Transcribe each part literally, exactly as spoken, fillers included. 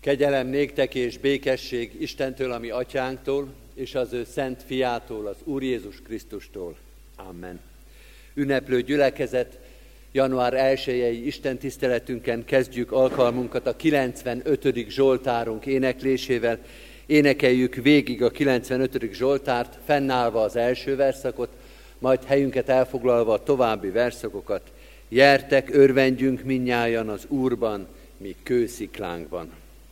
Kegyelem néktek és békesség Istentől, a mi atyánktól, és az ő szent fiától, az Úr Jézus Krisztustól. Amen. Ünneplő gyülekezet, január elsejei Isten tiszteletünken kezdjük alkalmunkat a kilencvenötödik Zsoltárunk éneklésével. Énekeljük végig a kilencvenötödik Zsoltárt, fennállva az első verszakot, majd helyünket elfoglalva a további verszakokat. Jertek, örvendjünk mindnyájan az Úrban, mi kősziklánkban.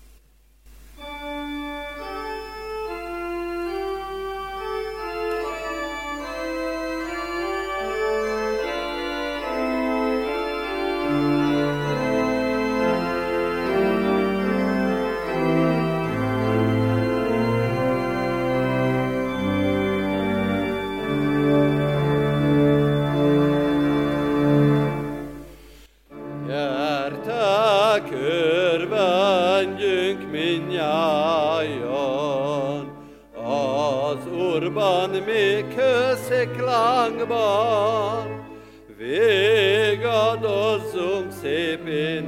Végadozzunk szép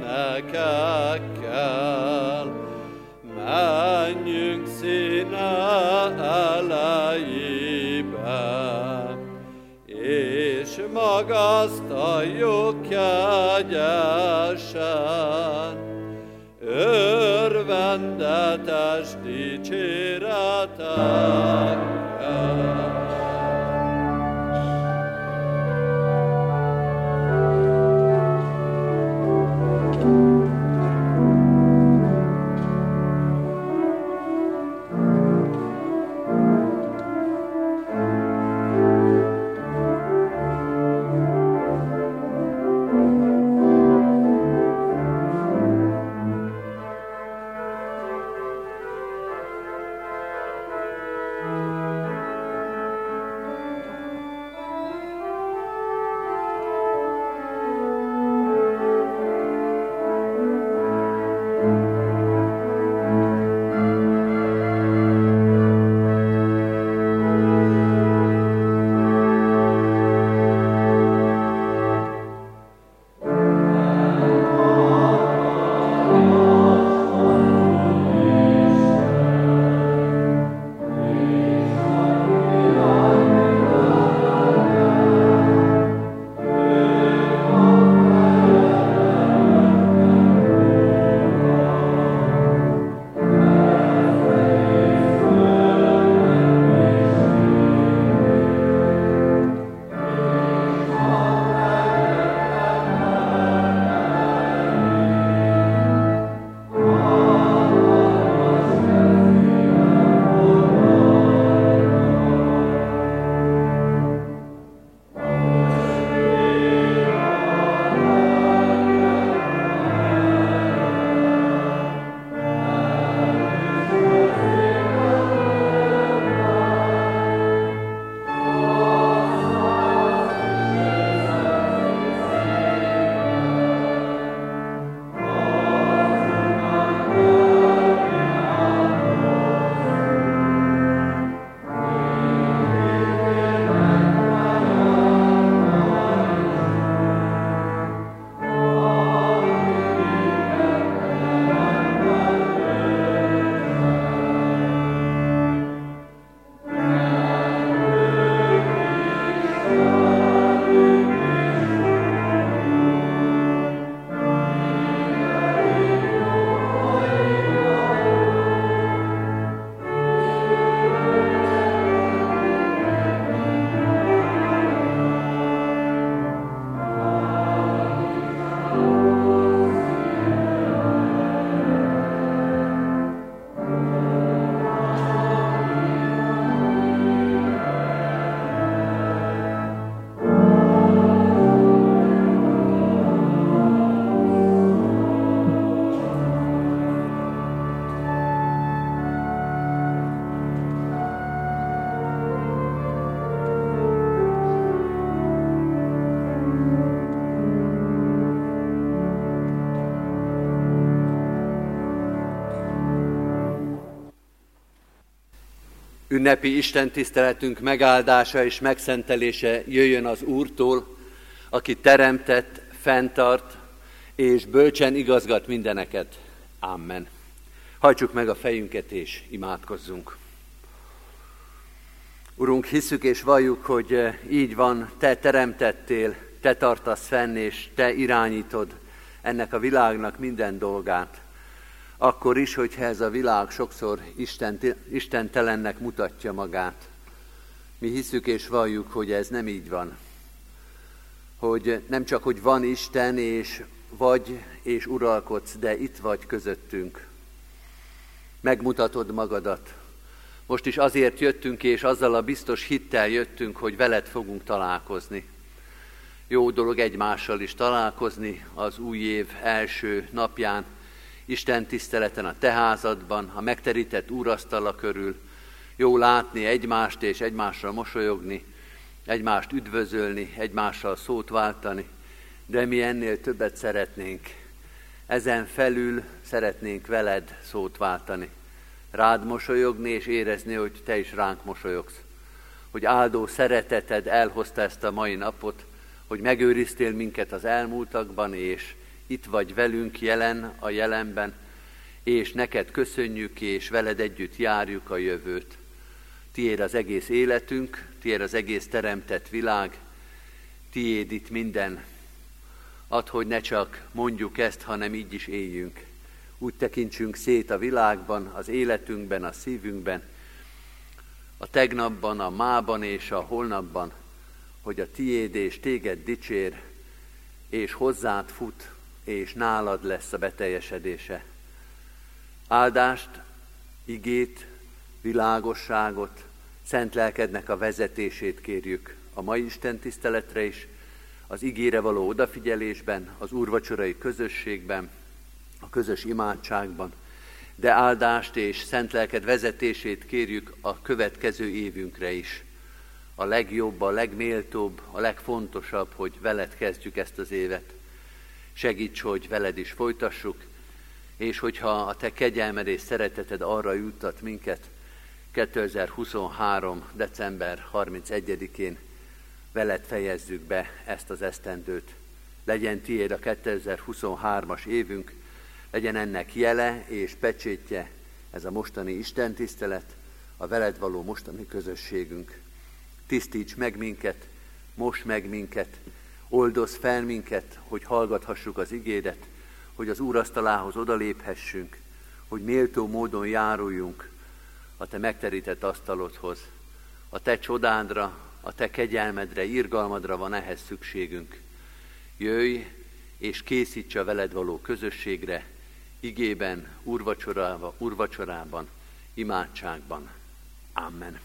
énekekkel, menjünk színe elejébe, és magasztaljuk kegyesen, örvendetes dicséretekkel. Ünnepi istentiszteletünk megáldása és megszentelése jöjjön az Úrtól, aki teremtett, fenntart és bölcsen igazgat mindeneket. Amen. Hajtsuk meg a fejünket és imádkozzunk. Urunk, hisszük és valljuk, hogy így van, Te teremtettél, Te tartasz fenn, és Te irányítod ennek a világnak minden dolgát. Akkor is, hogyha ez a világ sokszor Isten, istentelennek mutatja magát. Mi hisszük és valljuk, hogy ez nem így van. Hogy nem csak, hogy van Isten, és vagy, és uralkodsz, de itt vagy közöttünk. Megmutatod magadat. Most is azért jöttünk, és azzal a biztos hittel jöttünk, hogy veled fogunk találkozni. Jó dolog egymással is találkozni az új év első napján, Isten tiszteleten a te házadban, a megterített úrasztala körül. Jó látni egymást és egymással mosolyogni, egymást üdvözölni, egymással szót váltani, de mi ennél többet szeretnénk. Ezen felül szeretnénk veled szót váltani. Rád mosolyogni és érezni, hogy te is ránk mosolyogsz. Hogy áldó szereteted elhozta ezt a mai napot, hogy megőriztél minket az elmúltakban, és itt vagy velünk jelen a jelenben, és neked köszönjük, és veled együtt járjuk a jövőt. Tiéd az egész életünk, tiéd az egész teremtett világ, tiéd itt minden. Add, hogy ne csak mondjuk ezt, hanem így is éljünk. Úgy tekintsünk szét a világban, az életünkben, a szívünkben, a tegnapban, a mában és a holnapban, hogy a tiéd és téged dicsér, és hozzád fut, és nálad lesz a beteljesedése. Áldást, igét, világosságot, szent lelkednek a vezetését kérjük a mai Isten tiszteletre is, az igére való odafigyelésben, az úrvacsorai közösségben, a közös imádságban, de áldást és szent lelked vezetését kérjük a következő évünkre is. A legjobb, a legméltóbb, a legfontosabb, hogy veled kezdjük ezt az évet. Segíts, hogy veled is folytassuk, és hogyha a te kegyelmed és szereteted arra juttat minket, kétezer-huszonhárom. december harmincegyedikén veled fejezzük be ezt az esztendőt. Legyen tiéd a kétezer-huszonhármas évünk, legyen ennek jele és pecsétje ez a mostani istentisztelet, a veled való mostani közösségünk. Tisztíts meg minket, mosd meg minket, oldozz fel minket, hogy hallgathassuk az igédet, hogy az úrasztalához odaléphessünk, hogy méltó módon járuljunk a te megterített asztalodhoz. A te csodádra, a te kegyelmedre, irgalmadra van ehhez szükségünk. Jöjj és készíts a veled való közösségre, igében, úrvacsorában, úrvacsorában, imádságban. Amen.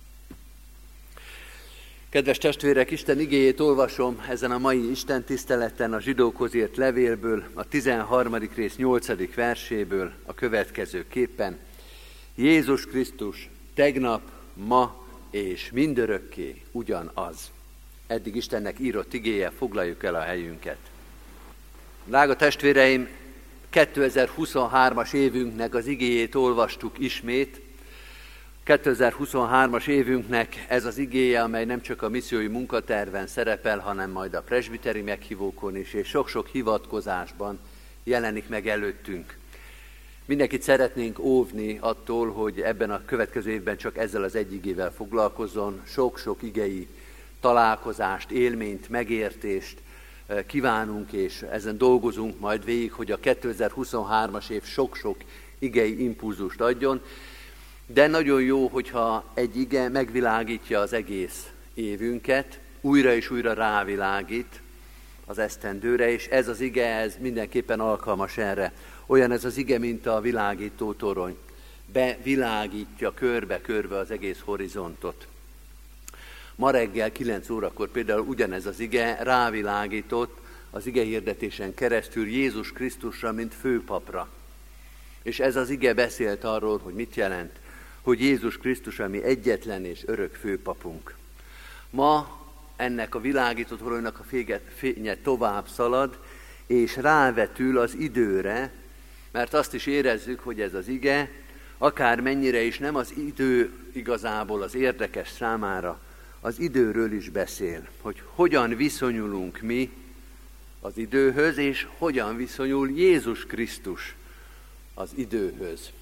Kedves testvérek, Isten igéjét olvasom ezen a mai Isten tiszteleten a zsidókhoz írt levélből, a tizenharmadik rész nyolcadik verséből a következőképpen. Jézus Krisztus tegnap, ma és mindörökké ugyanaz. Eddig Istennek írott igéje, foglaljuk el a helyünket. Drága testvéreim, kétezer-huszonhármas évünknek az igéjét olvastuk ismét. kétezer-huszonhármas évünknek ez az igéje, amely nem csak a missziói munkaterven szerepel, hanem majd a presbiteri meghívókon is, és sok-sok hivatkozásban jelenik meg előttünk. Mindenkit szeretnénk óvni attól, hogy ebben a következő évben csak ezzel az egy igével foglalkozzon. Sok-sok igei találkozást, élményt, megértést kívánunk, és ezen dolgozunk majd végig, hogy a kétezer-huszonhármas év sok-sok igei impulzust adjon. De nagyon jó, hogyha egy ige megvilágítja az egész évünket, újra és újra rávilágít az esztendőre, és ez az ige, ez mindenképpen alkalmas erre. Olyan ez az ige, mint a világító torony. Bevilágítja körbe-körbe az egész horizontot. Ma reggel kilenc órakor például ugyanez az ige rávilágított az ige hirdetésen keresztül Jézus Krisztusra, mint főpapra. És ez az ige beszélt arról, hogy mit jelent, hogy Jézus Krisztus a mi egyetlen és örök főpapunk. Ma ennek a világított toronynak a fénye tovább szalad, és rávetül az időre, mert azt is érezzük, hogy ez az ige, akármennyire is nem az idő igazából az érdekes számára, az időről is beszél, hogy hogyan viszonyulunk mi az időhöz, és hogyan viszonyul Jézus Krisztus az időhöz.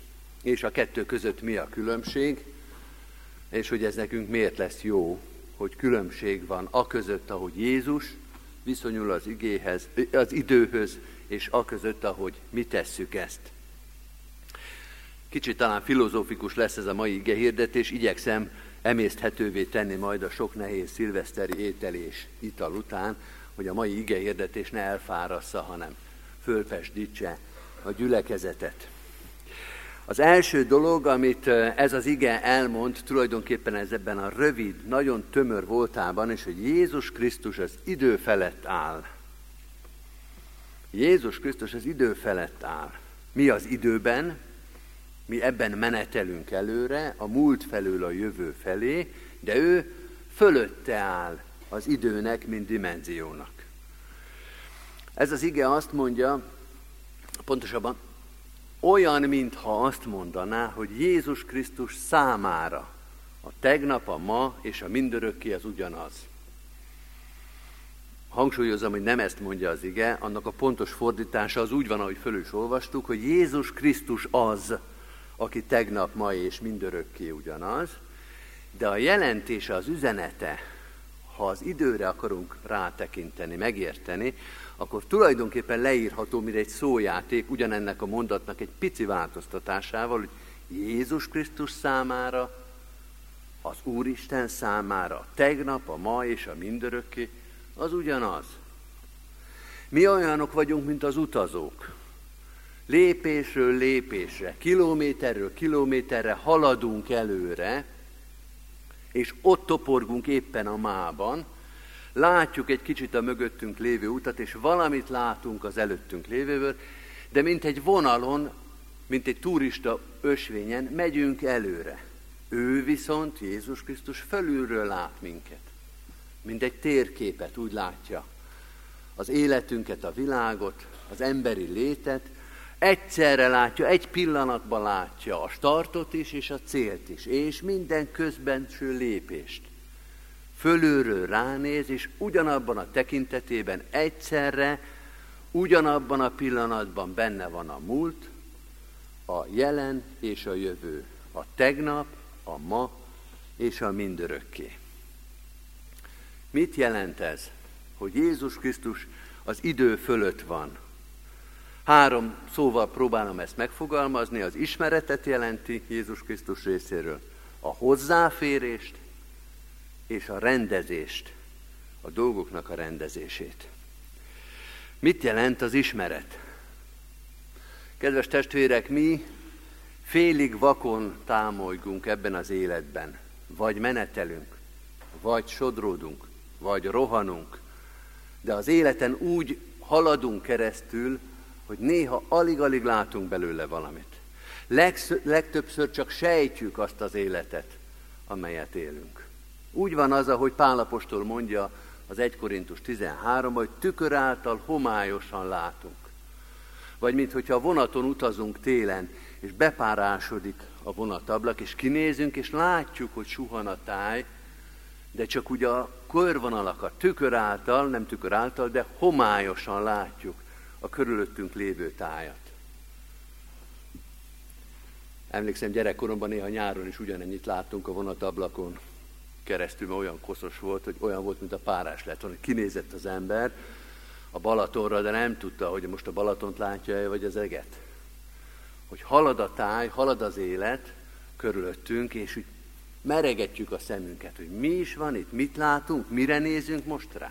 és a kettő között mi a különbség, és hogy ez nekünk miért lesz jó, hogy különbség van a között, ahogy Jézus viszonyul az igéhez, az időhöz, és a között, ahogy mi tesszük ezt. Kicsit talán filozófikus lesz ez a mai igehirdetés, igyekszem emészthetővé tenni majd a sok nehéz szilveszteri étel és ital után, hogy a mai igehirdetés ne elfárassza, hanem fölpesdítse a gyülekezetet. Az első dolog, amit ez az ige elmond, tulajdonképpen ez ebben a rövid, nagyon tömör voltában, és hogy Jézus Krisztus az idő felett áll. Jézus Krisztus az idő felett áll. Mi az időben? Mi ebben menetelünk előre, a múlt felől a jövő felé, de ő fölötte áll az időnek, mint dimenziónak. Ez az ige azt mondja, pontosabban olyan, mintha azt mondaná, hogy Jézus Krisztus számára a tegnap, a ma és a mindörökké az ugyanaz. Hangsúlyozom, hogy nem ezt mondja az ige, annak a pontos fordítása az úgy van, ahogy föl is olvastuk, hogy Jézus Krisztus az, aki tegnap, ma és mindörökké ugyanaz, de a jelentése, az üzenete, ha az időre akarunk rátekinteni, megérteni, akkor tulajdonképpen leírható, mint egy szójáték, ugyanennek a mondatnak egy pici változtatásával, hogy Jézus Krisztus számára, az Úristen számára, a tegnap, a ma és a mindörökké, az ugyanaz. Mi olyanok vagyunk, mint az utazók. Lépésről lépésre, kilométerről kilométerre haladunk előre, és ott toporgunk éppen a mában, látjuk egy kicsit a mögöttünk lévő utat, és valamit látunk az előttünk lévőből, de mint egy vonalon, mint egy turista ösvényen megyünk előre. Ő viszont, Jézus Krisztus fölülről lát minket, mint egy térképet, úgy látja az életünket, a világot, az emberi létet, egyszerre látja, egy pillanatban látja a startot is és a célt is, és minden közbenső lépést. Fölülről ránéz, és ugyanabban a tekintetében egyszerre, ugyanabban a pillanatban benne van a múlt, a jelen és a jövő, a tegnap, a ma és a mindörökké. Mit jelent ez, hogy Jézus Krisztus az idő fölött van? Három szóval próbálom ezt megfogalmazni, az ismeretet jelenti Jézus Krisztus részéről, a hozzáférést és a rendezést, a dolgoknak a rendezését. Mit jelent az ismeret? Kedves testvérek, mi félig vakon támolygunk ebben az életben, vagy menetelünk, vagy sodródunk, vagy rohanunk, de az életen úgy haladunk keresztül, hogy néha alig-alig látunk belőle valamit. Legsz- legtöbbször csak sejtjük azt az életet, amelyet élünk. Úgy van az, ahogy Pál apostol mondja az egy Korintus tizenháromban, hogy tükör által homályosan látunk. Vagy minthogyha a vonaton utazunk télen, és bepárásodik a vonatablak, és kinézünk, és látjuk, hogy suhan a táj, de csak ugye a körvonalakat tükör által, nem tükör által, de homályosan látjuk a körülöttünk lévő tájat. Emlékszem, gyerekkoromban néha nyáron is ugyanennyit láttunk a vonatablakon keresztül, mert olyan koszos volt, hogy olyan volt, mint a párás lett volna. Kinézett az ember a Balatonra, de nem tudta, hogy most a Balatont látja-e, vagy az eget. Hogy halad a táj, halad az élet körülöttünk, és úgy meregetjük a szemünket, hogy mi is van itt, mit látunk, mire nézünk most rá.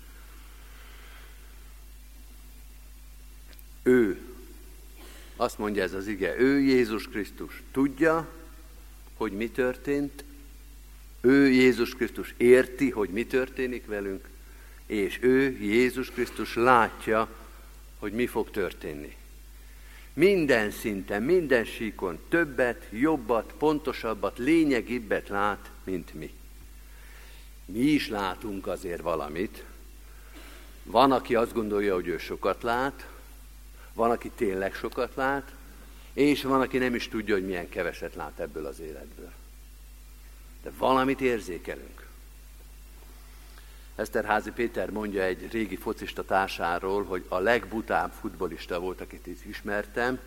Ő, azt mondja ez az ige, ő Jézus Krisztus tudja, hogy mi történt, ő Jézus Krisztus érti, hogy mi történik velünk, és ő Jézus Krisztus látja, hogy mi fog történni. Minden szinten, minden síkon többet, jobbat, pontosabbat, lényegibbet lát, mint mi. Mi is látunk azért valamit. Van, aki azt gondolja, hogy ő sokat lát, van, aki tényleg sokat lát, és van, aki nem is tudja, hogy milyen keveset lát ebből az életből. De valamit érzékelünk. Eszterházy Péter mondja egy régi focista társáról, hogy a legbutább futbolista volt, akit is ismertem,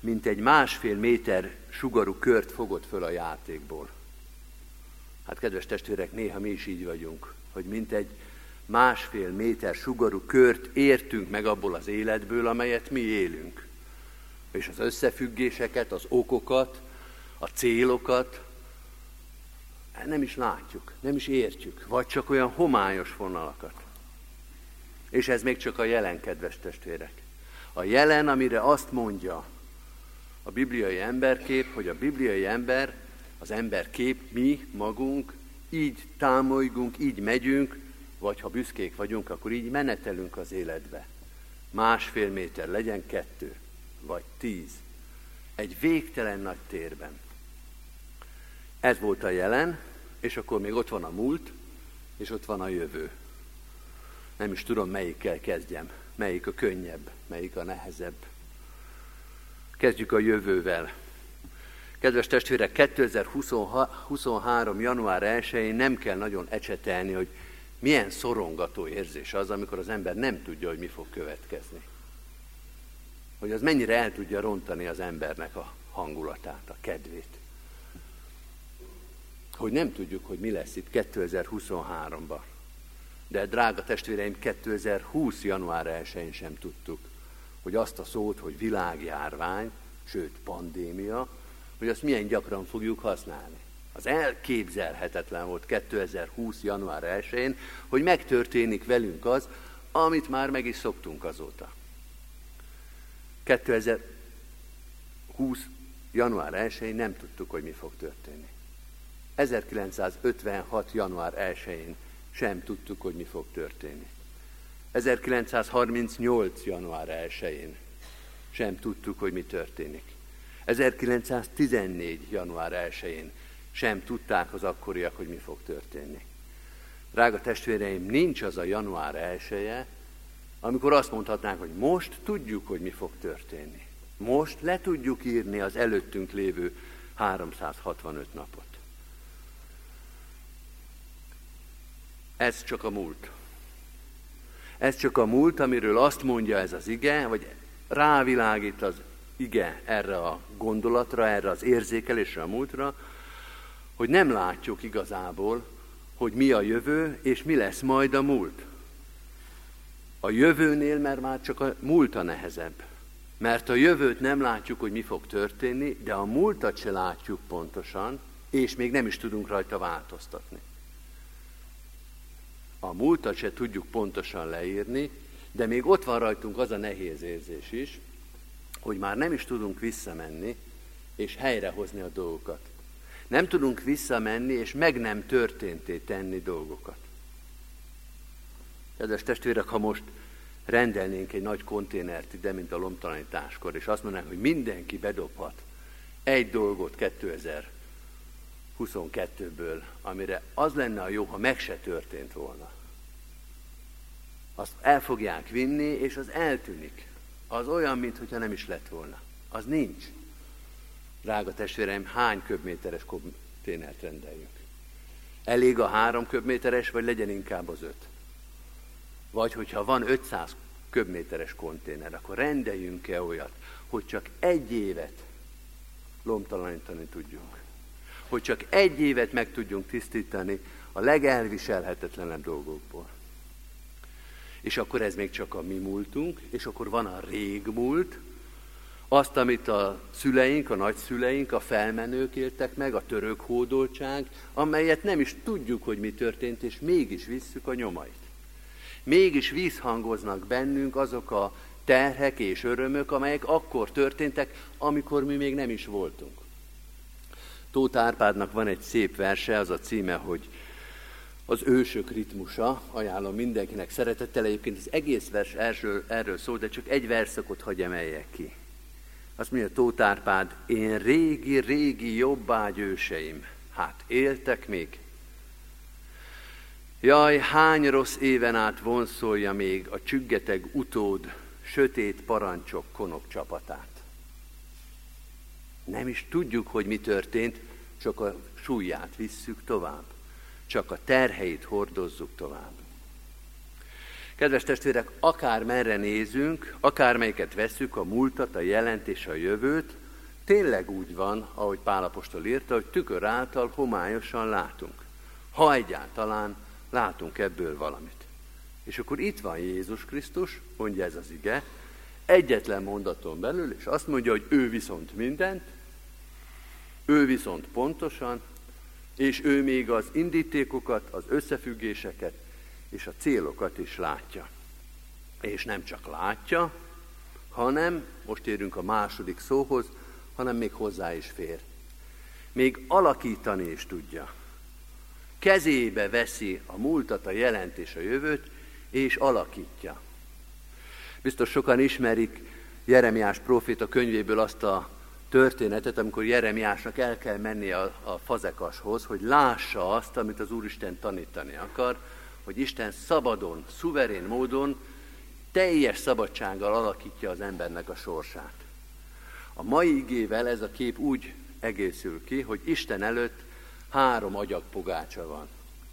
mint egy másfél méter sugarú kört fogott föl a játékból. Hát kedves testvérek, néha mi is így vagyunk, hogy mint egy másfél méter sugarú kört értünk meg abból az életből, amelyet mi élünk. És az összefüggéseket, az okokat, a célokat nem is látjuk, nem is értjük, vagy csak olyan homályos vonalakat. És ez még csak a jelen, kedves testvérek. A jelen, amire azt mondja a bibliai emberkép, hogy a bibliai ember, az emberkép, mi magunk, így támolygunk, így megyünk, vagy ha büszkék vagyunk, akkor így menetelünk az életbe. Másfél méter, legyen kettő, vagy tíz. Egy végtelen nagy térben. Ez volt a jelen, és akkor még ott van a múlt, és ott van a jövő. Nem is tudom, melyikkel kezdjem. Melyik a könnyebb, melyik a nehezebb. Kezdjük a jövővel. Kedves testvérek, kétezer-huszonhárom. január elsején nem kell nagyon ecsetelni, hogy milyen szorongató érzés az, amikor az ember nem tudja, hogy mi fog következni. Hogy az mennyire el tudja rontani az embernek a hangulatát, a kedvét. Hogy nem tudjuk, hogy mi lesz itt kétezer-huszonháromban. De drága testvéreim, kétezer-húsz. január elsején sem tudtuk, hogy azt a szót, hogy világjárvány, sőt pandémia, hogy azt milyen gyakran fogjuk használni. Az elképzelhetetlen volt kétezer-húsz. január elsején, hogy megtörténik velünk az, amit már meg is szoktunk azóta. kétezer-húsz. január elsején nem tudtuk, hogy mi fog történni. ezerkilencszázötvenhat. január elsején sem tudtuk, hogy mi fog történni. ezerkilencszázharmincnyolc. január elsején sem tudtuk, hogy mi történik. ezerkilencszáztizennégy. január elsején sem tudták az akkoriak, hogy mi fog történni. Drága testvéreim, nincs az a január elseje, amikor azt mondhatnánk, hogy most tudjuk, hogy mi fog történni. Most le tudjuk írni az előttünk lévő háromszázhatvanöt napot. Ez csak a múlt. Ez csak a múlt, amiről azt mondja ez az ige, vagy rávilágít az ige erre a gondolatra, erre az érzékelésre, a múltra, hogy nem látjuk igazából, hogy mi a jövő, és mi lesz majd a múlt. A jövőnél, mert már csak a múlt a nehezebb. Mert a jövőt nem látjuk, hogy mi fog történni, de a múltat se látjuk pontosan, és még nem is tudunk rajta változtatni. A múltat se tudjuk pontosan leírni, de még ott van rajtunk az a nehéz érzés is, hogy már nem is tudunk visszamenni és helyrehozni a dolgokat. Nem tudunk visszamenni és meg nem történté tenni dolgokat. Kedves testvérek, ha most rendelnénk egy nagy konténert ide, mint a lomtalanításkor, és azt mondanánk, hogy mindenki bedobhat egy dolgot kétezer-huszonkettőből, amire az lenne a jó, ha meg se történt volna. Azt el fogják vinni, és az eltűnik. Az olyan, mintha nem is lett volna. Az nincs. Drága testvéreim, hány köbméteres konténert rendeljünk? Elég a három köbméteres, vagy legyen inkább az öt? Vagy hogyha van ötszáz köbméteres konténer, akkor rendeljünk-e olyat, hogy csak egy évet lomtalanítani tudjunk. Hogy csak egy évet meg tudjunk tisztítani a legelviselhetetlenebb dolgokból. És akkor ez még csak a mi múltunk, és akkor van a régmúlt, azt, amit a szüleink, a nagyszüleink, a felmenők éltek meg, a török hódoltság, amelyet nem is tudjuk, hogy mi történt, és mégis visszük a nyomait. Mégis vízhangoznak bennünk azok a terhek és örömök, amelyek akkor történtek, amikor mi még nem is voltunk. Tóth Árpádnak van egy szép verse, az a címe, hogy az ősök ritmusa, ajánlom mindenkinek szeretettel, egyébként az egész vers erről, erről szól, de csak egy verszakot hagy emeljek ki. Azt mondja Tóth Árpád, én régi-régi jobbágy őseim, hát éltek még? Jaj, hány rossz éven át vonszolja még a csüggeteg utód sötét parancsok konok csapatát. Nem is tudjuk, hogy mi történt, csak a súlyát visszük tovább. Csak a terheit hordozzuk tovább. Kedves testvérek, akár merre nézünk, akármelyiket veszük, a múltat, a jelent és a jövőt, tényleg úgy van, ahogy Pál apostol írta, hogy tükör által homályosan látunk. Ha egyáltalán látunk ebből valamit. És akkor itt van Jézus Krisztus, mondja ez az ige, egyetlen mondaton belül, és azt mondja, hogy ő viszont mindent, ő viszont pontosan, és ő még az indítékokat, az összefüggéseket és a célokat is látja. És nem csak látja, hanem, most érünk a második szóhoz, hanem még hozzá is fér. Még alakítani is tudja. Kezébe veszi a múltat, a jelent és a jövőt, és alakítja. Biztos sokan ismerik Jeremiás próféta könyvéből azt a történetet, amikor Jeremiásnak el kell mennie a, a fazekashoz, hogy lássa azt, amit az Úristen tanítani akar, hogy Isten szabadon, szuverén módon, teljes szabadsággal alakítja az embernek a sorsát. A mai igével ez a kép úgy egészül ki, hogy Isten előtt három agyagpogácsa van.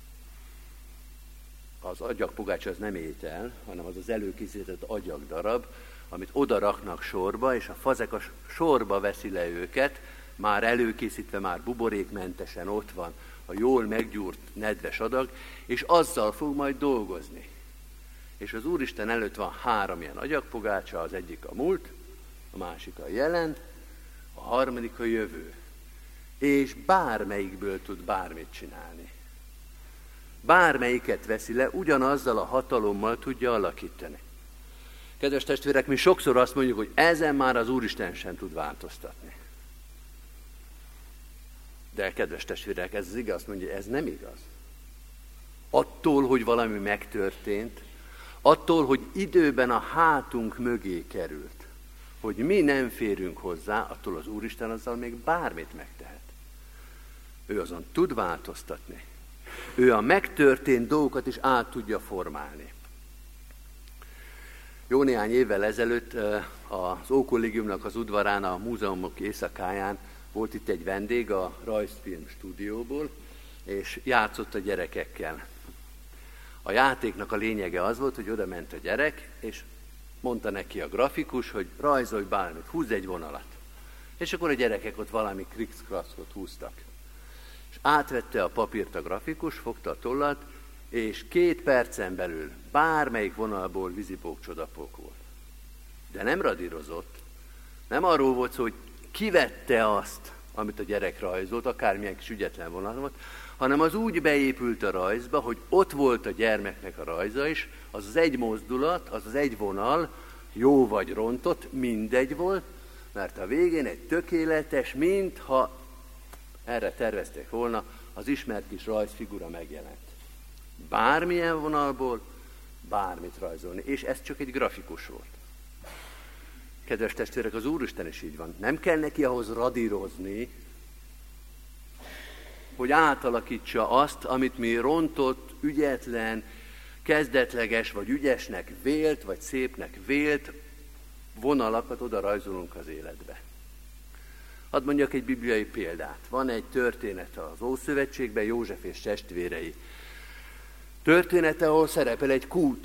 Az agyagpogácsa az nem étel, hanem az az előkészített agyagdarab, amit oda raknak sorba, és a fazekas sorba veszi le őket, már előkészítve, már buborékmentesen ott van a jól meggyúrt nedves adag, és azzal fog majd dolgozni. És az Úristen előtt van három ilyen agyagpogácsa, az egyik a múlt, a másik a jelen, a harmadik a jövő. És bármelyikből tud bármit csinálni. Bármelyiket veszi le, ugyanazzal a hatalommal tudja alakítani. Kedves testvérek, mi sokszor azt mondjuk, hogy ezen már az Úristen sem tud változtatni. De kedves testvérek, ez az igaz, azt mondja, ez nem igaz. Attól, hogy valami megtörtént, attól, hogy időben a hátunk mögé került, hogy mi nem férünk hozzá, attól az Úristen azzal még bármit megtehet. Ő azon tud változtatni. Ő a megtörtént dolgokat is át tudja formálni. Jó néhány évvel ezelőtt az Ókollégiumnak az udvarán, a múzeumok éjszakáján volt itt egy vendég a rajzfilm stúdióból, és játszott a gyerekekkel. A játéknak a lényege az volt, hogy oda ment a gyerek, és mondta neki a grafikus, hogy rajzolj bármit, húzz egy vonalat. És akkor a gyerekek ott valami krikszkraszkot húztak. És átvette a papírt a grafikus, fogta a tollat, és két percen belül bármelyik vonalból vízipók csodapók volt. De nem radírozott, nem arról volt szó, hogy kivette azt, amit a gyerek rajzolt, akármilyen kis ügyetlen vonal volt, hanem az úgy beépült a rajzba, hogy ott volt a gyermeknek a rajza is, az az egy mozdulat, az az egy vonal, jó vagy rontott, mindegy volt, mert a végén egy tökéletes, mintha erre tervezték volna, az ismert kis rajzfigura megjelent. Bármilyen vonalból, bármit rajzolni, és ez csak egy grafikus volt. Kedves testvérek, az Úristen is így van. Nem kell neki ahhoz radírozni, hogy átalakítsa azt, amit mi rontott, ügyetlen, kezdetleges, vagy ügyesnek vélt, vagy szépnek vélt vonalakat oda rajzolunk az életbe. Hadd mondjak egy bibliai példát. Van egy történet az Ószövetségben, József és testvérei története, ahol szerepel egy kút.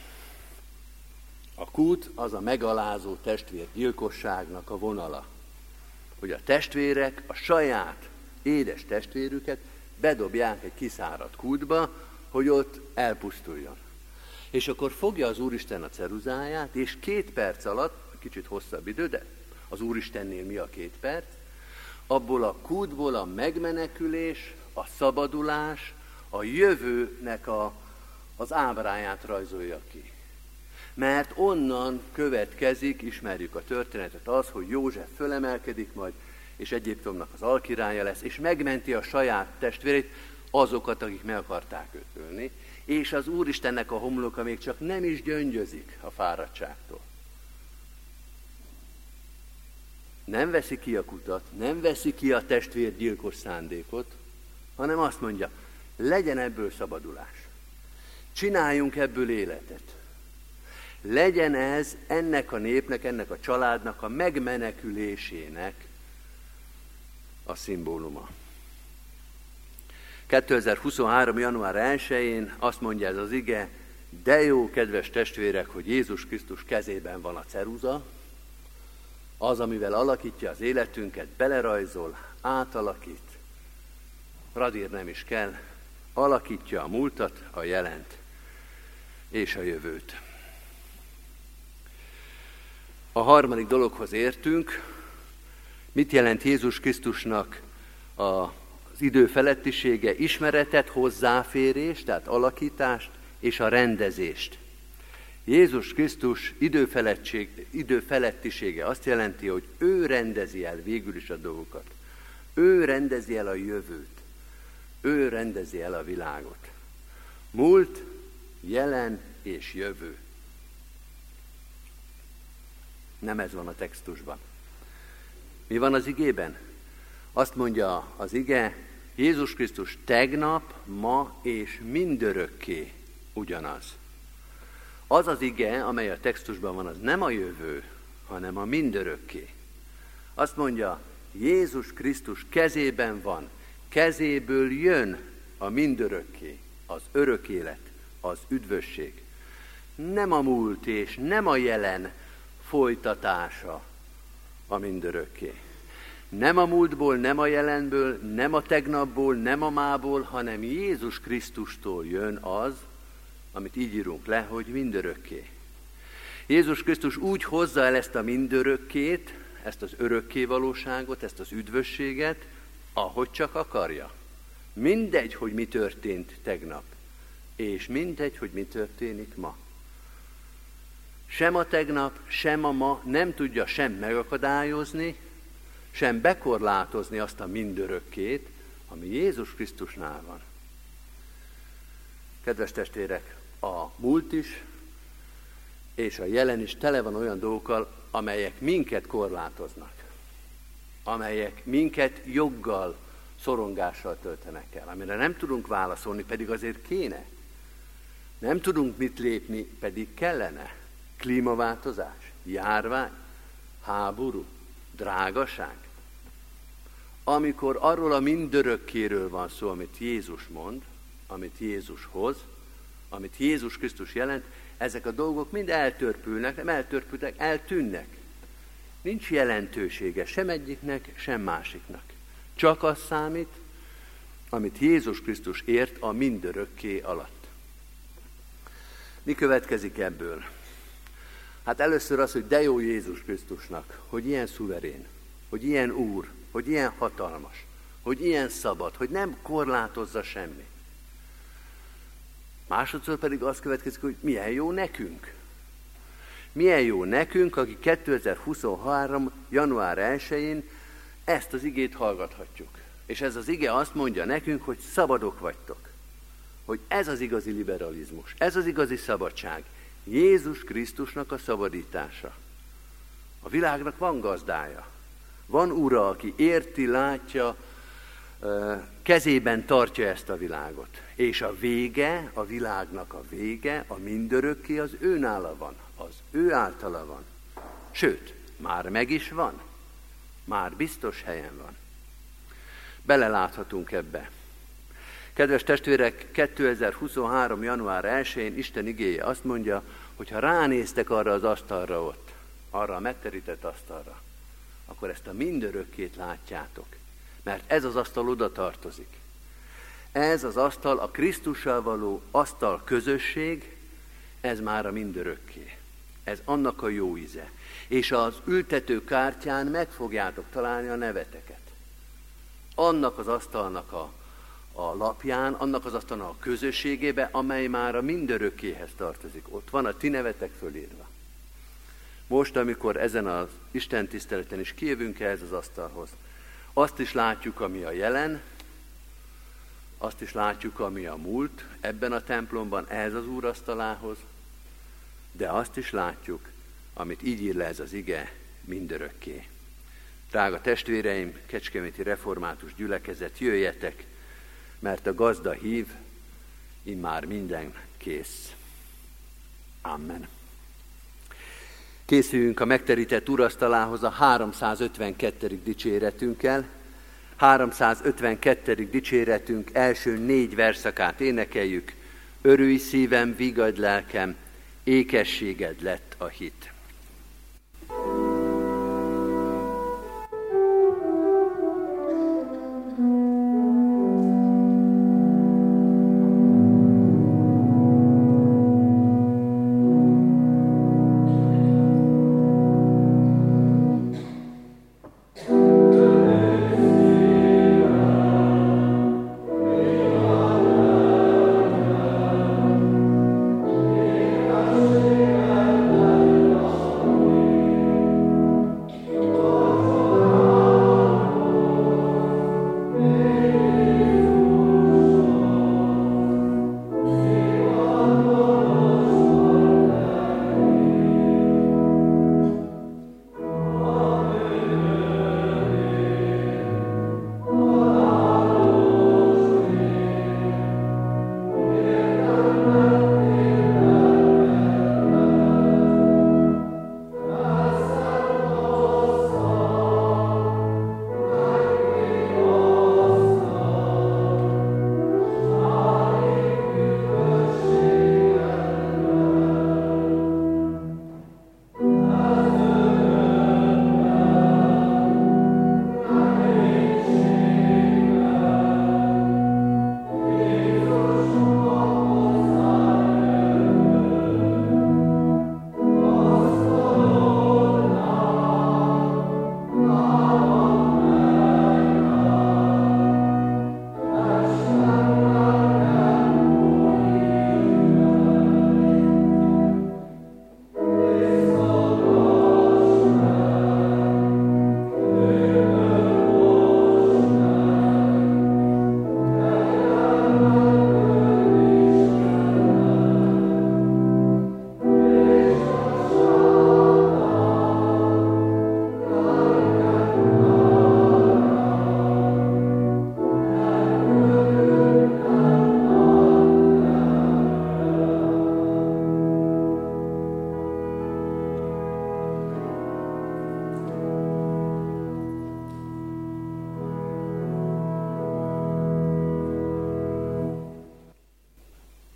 A kút az a megalázó testvérgyilkosságnak a vonala. Hogy a testvérek a saját édes testvérüket bedobják egy kiszáradt kútba, hogy ott elpusztuljon. És akkor fogja az Úristen a ceruzáját, és két perc alatt, kicsit hosszabb idő, de az Úristennél mi a két perc, abból a kútból a megmenekülés, a szabadulás, a jövőnek a, az ábráját rajzolja ki. Mert onnan következik, ismerjük a történetet, az, hogy József fölemelkedik majd, és Egyiptomnak az alkirálya lesz, és megmenti a saját testvérét, azokat, akik meg akarták őt ölni, és az Úristennek a homloka még csak nem is gyöngyözik a fáradtságtól. Nem veszi ki a kutat, nem veszi ki a testvérgyilkos szándékot, hanem azt mondja, legyen ebből szabadulás. Csináljunk ebből életet. Legyen ez ennek a népnek, ennek a családnak a megmenekülésének a szimbóluma. kétezer-huszonhárom. január elsején azt mondja ez az ige, de jó, kedves testvérek, hogy Jézus Krisztus kezében van a ceruza, Az, amivel alakítja az életünket, belerajzol, átalakít. Radír nem is kell, alakítja a múltat, a jelent és a jövőt. A harmadik dologhoz értünk. Mit jelent Jézus Krisztusnak az idő felettisége? Ismeretet, hozzáférést, tehát alakítást és a rendezést. Jézus Krisztus idő felettisége azt jelenti, hogy ő rendezi el végül is a dolgokat. Ő rendezi el a jövőt. Ő rendezi el a világot. Múlt, jelen és jövő. Nem ez van a textusban. Mi van az igében? Azt mondja az ige, Jézus Krisztus tegnap, ma és mindörökké ugyanaz. Az az ige, amely a textusban van, az nem a jövő, hanem a mindörökké. Azt mondja, Jézus Krisztus kezében van, kezéből jön a mindörökké, az örök élet, az üdvösség. Nem a múlt és nem a jelen folytatása a mindörökké. Nem a múltból, nem a jelenből, nem a tegnapból, nem a mából, hanem Jézus Krisztustól jön az, amit így írunk le, hogy mindörökké. Jézus Krisztus úgy hozza el ezt a mindörökkét, ezt az örökké valóságot, ezt az üdvösséget, ahogy csak akarja. Mindegy, hogy mi történt tegnap, és mindegy, hogy mi történik ma. Sem a tegnap, sem a ma nem tudja sem megakadályozni, sem bekorlátozni azt a mindörökkét, ami Jézus Krisztusnál van. Kedves testvérek, a múlt is és a jelen is tele van olyan dolgokkal, amelyek minket korlátoznak, amelyek minket joggal, szorongással töltenek el, amire nem tudunk válaszolni, pedig azért kéne. Nem tudunk mit lépni, pedig kellene. Klímaváltozás, járvány, háború, drágaság. Amikor arról a mindörökkéről van szó, amit Jézus mond, amit Jézus hoz, amit Jézus Krisztus jelent, ezek a dolgok mind eltörpülnek, nem eltörpülnek, eltűnnek. Nincs jelentősége sem egyiknek, sem másiknak. Csak az számít, amit Jézus Krisztus ért a mindörökké alatt. Mi következik ebből? Hát először az, hogy de jó Jézus Krisztusnak, hogy ilyen szuverén, hogy ilyen úr, hogy ilyen hatalmas, hogy ilyen szabad, hogy nem korlátozza semmi. Másodszor pedig az következik, hogy milyen jó nekünk. Milyen jó nekünk, akik kétezer-huszonhárom. január elsején ezt az igét hallgathatjuk. És ez az ige azt mondja nekünk, hogy szabadok vagytok. Hogy ez az igazi liberalizmus, ez az igazi szabadság. Jézus Krisztusnak a szabadítása. A világnak van gazdája. Van ura, aki érti, látja, kezében tartja ezt a világot. És a vége, a világnak a vége, a mindörökké az ő nála van, az ő általa van. Sőt, már meg is van. Már biztos helyen van. Beleláthatunk ebbe. Kedves testvérek, kétezer-huszonhárom. január elsején Isten igéje azt mondja, hogy ha ránéztek arra az asztalra ott, arra a megterített asztalra, akkor ezt a mindörökkét látjátok. Mert ez az asztal oda tartozik. Ez az asztal, a Krisztussal való asztal közösség, ez már a mindörökké. Ez annak a jó íze. És az ültető kártyán meg fogjátok találni a neveteket. Annak az asztalnak a, a lapján, annak az asztalnak a közösségébe, amely már a mindörökkéhez tartozik. Ott van a ti nevetek fölírva. Most, amikor ezen az Isten tiszteleten is kijövünk ehhez az asztalhoz, azt is látjuk, ami a jelen, azt is látjuk, ami a múlt ebben a templomban, ehhez az úrasztalához, de azt is látjuk, amit így ír le ez az ige, mindörökké. Drága testvéreim, kecskeméti református gyülekezet, jöjjetek, mert a gazda hív, immár minden kész. Amen. Készüljünk a megterített úrasztalához a háromszázötvenkettedik dicséretünkkel. háromszázötvenkettedik dicséretünk első négy verszakát énekeljük. Örülj szívem, vigadj lelkem, ékességed lett a hit.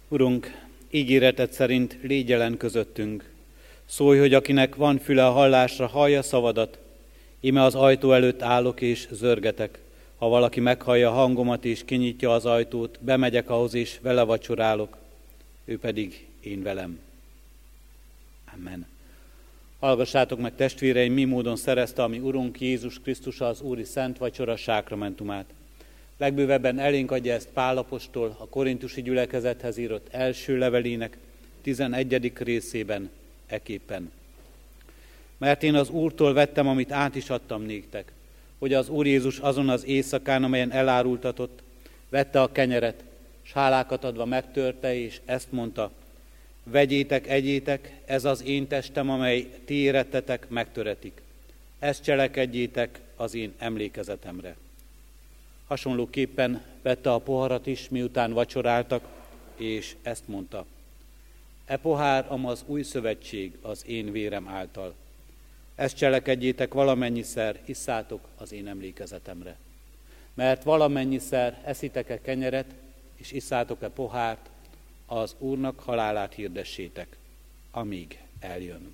Urunk, ígéreted szerint légy jelen közöttünk. Szólj, hogy akinek van füle a hallásra, hallja szavadat. Íme az ajtó előtt állok és zörgetek. Ha valaki meghallja a hangomat és kinyitja az ajtót, bemegyek ahhoz és vele vacsorálok, ő pedig én velem. Amen. Hallgassátok meg, testvéreim, mi módon szerezte a mi Urunk Jézus Krisztus az Úri Szent Vacsora sákramentumát. Legbővebben elénk adja ezt Pál apostol a korintusi gyülekezethez írott első levelének tizenegyedik részében eképpen. Mert én az Úrtól vettem, amit át is adtam néktek, hogy az Úr Jézus azon az éjszakán, amelyen elárultatott, vette a kenyeret, s hálákat adva megtörte, és ezt mondta: vegyétek, egyétek, ez az én testem, amely ti érettetek, megtöretik. Ezt cselekedjétek az én emlékezetemre. Hasonlóképpen vette a poharat is, miután vacsoráltak, és ezt mondta: e pohár, ama az új szövetség az én vérem által. Ezt cselekedjétek valamennyiszer, isszátok az én emlékezetemre. Mert valamennyiszer eszitek-e kenyeret, és isszátok-e pohárt, az Úrnak halálát hirdessétek, amíg eljön.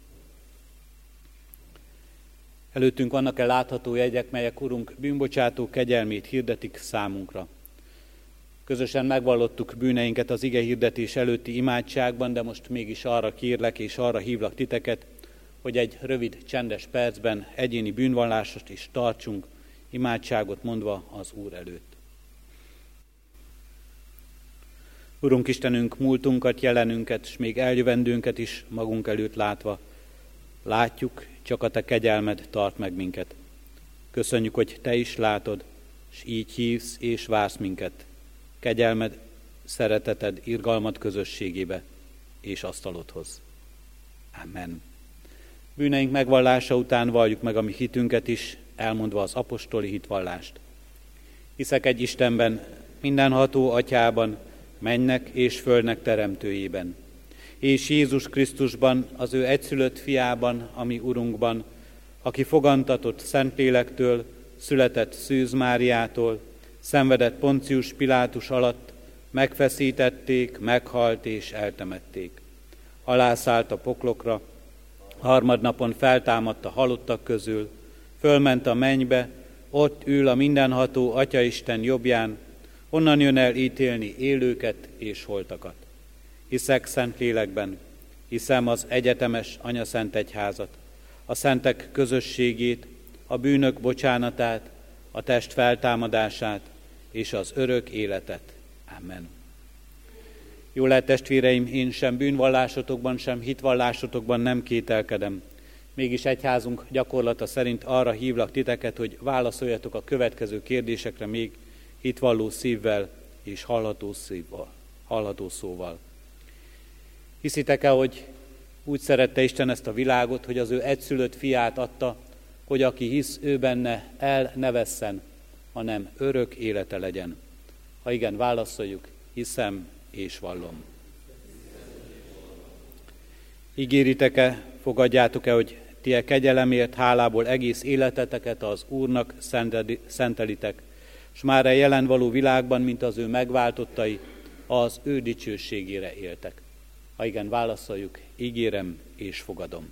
Előttünk vannak-e látható jegyek, melyek Urunk bűnbocsátó kegyelmét hirdetik számunkra. Közösen megvallottuk bűneinket az ige hirdetés előtti imádságban, de most mégis arra kérlek és arra hívlak titeket, hogy egy rövid, csendes percben egyéni bűnvallást is tartsunk, imádságot mondva az Úr előtt. Urunk Istenünk, múltunkat, jelenünket, s még eljövendőnket is magunk előtt látva, látjuk, csak a Te kegyelmed tart meg minket. Köszönjük, hogy Te is látod, s így hívsz és vársz minket. Kegyelmed, szereteted, irgalmad közösségébe és asztalodhoz. Amen. Bűneink megvallása után valljuk meg a mi hitünket is, elmondva az apostoli hitvallást. Hiszek egy Istenben, mindenható Atyában, mennek és földnek teremtőjében, és Jézus Krisztusban, az ő egyszülött fiában, ami Urunkban, aki fogantatott Szentlélektől, született Szűz Máriától, szenvedett Poncius Pilátus alatt, megfeszítették, meghalt és eltemették. Alászállt a poklokra, harmadnapon feltámadt a halottak közül, fölment a mennybe, ott ül a mindenható Atyaisten jobbján, onnan jön el ítélni élőket és holtakat. Hiszek Szentlélekben, hiszem az egyetemes Anyaszent Egyházat, a szentek közösségét, a bűnök bocsánatát, a test feltámadását és az örök életet. Amen. Jó lehet, testvéreim, én sem bűnvallásotokban, sem hitvallásotokban nem kételkedem. Mégis egyházunk gyakorlata szerint arra hívlak titeket, hogy válaszoljatok a következő kérdésekre még hitvalló szívvel és hallható, szívval, hallható szóval. Hiszitek-e, hogy úgy szerette Isten ezt a világot, hogy az ő egyszülött fiát adta, hogy aki hisz ő benne, el ne vesszen, hanem örök élete legyen? Ha igen, válaszoljuk: hiszem és vallom. Ígéritek-e, fogadjátok-e, hogy ti a kegyelemért hálából egész életeteket az Úrnak szentelitek, s már a jelen való világban, mint az ő megváltottai, az ő dicsőségére éltek? Ha igen, válaszoljuk: ígérem és fogadom.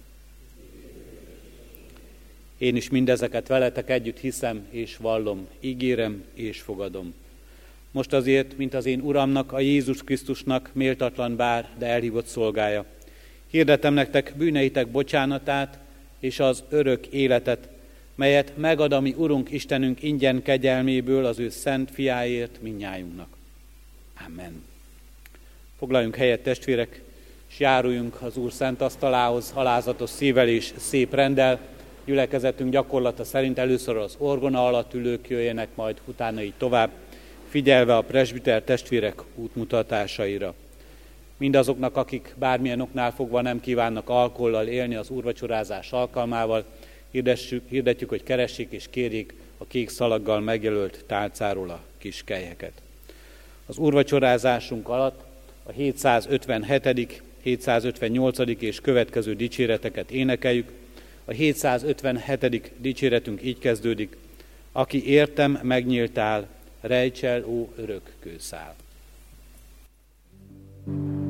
Én is mindezeket veletek együtt hiszem és vallom, ígérem és fogadom. Most azért, mint az én Uramnak, a Jézus Krisztusnak méltatlan bár, de elhívott szolgája, hirdetem nektek bűneitek bocsánatát és az örök életet, melyet megad a mi Urunk Istenünk ingyen kegyelméből az ő szent fiáért mindnyájunknak. Amen. Foglaljunk helyet, testvérek, és járuljunk az Úr szent asztalához alázatos szívvel és szép renddel. Gyülekezetünk gyakorlata szerint először az orgona alatt ülők jöjjenek, majd utána így tovább, figyelve a presbiter testvérek útmutatásaira. Mindazoknak, akik bármilyen oknál fogva nem kívánnak alkohollal élni az úrvacsorázás alkalmával, hirdetjük, hogy keressék és kérjék a kék szalaggal megjelölt tálcáról a kis kelyheket. Az úrvacsorázásunk alatt a hétszázötvenhetedik, hétszázötvennyolcadik és következő dicséreteket énekeljük. A hétszázötvenhetedik dicséretünk így kezdődik: aki értem megnyíltál, rejts el, ó örök kőszál.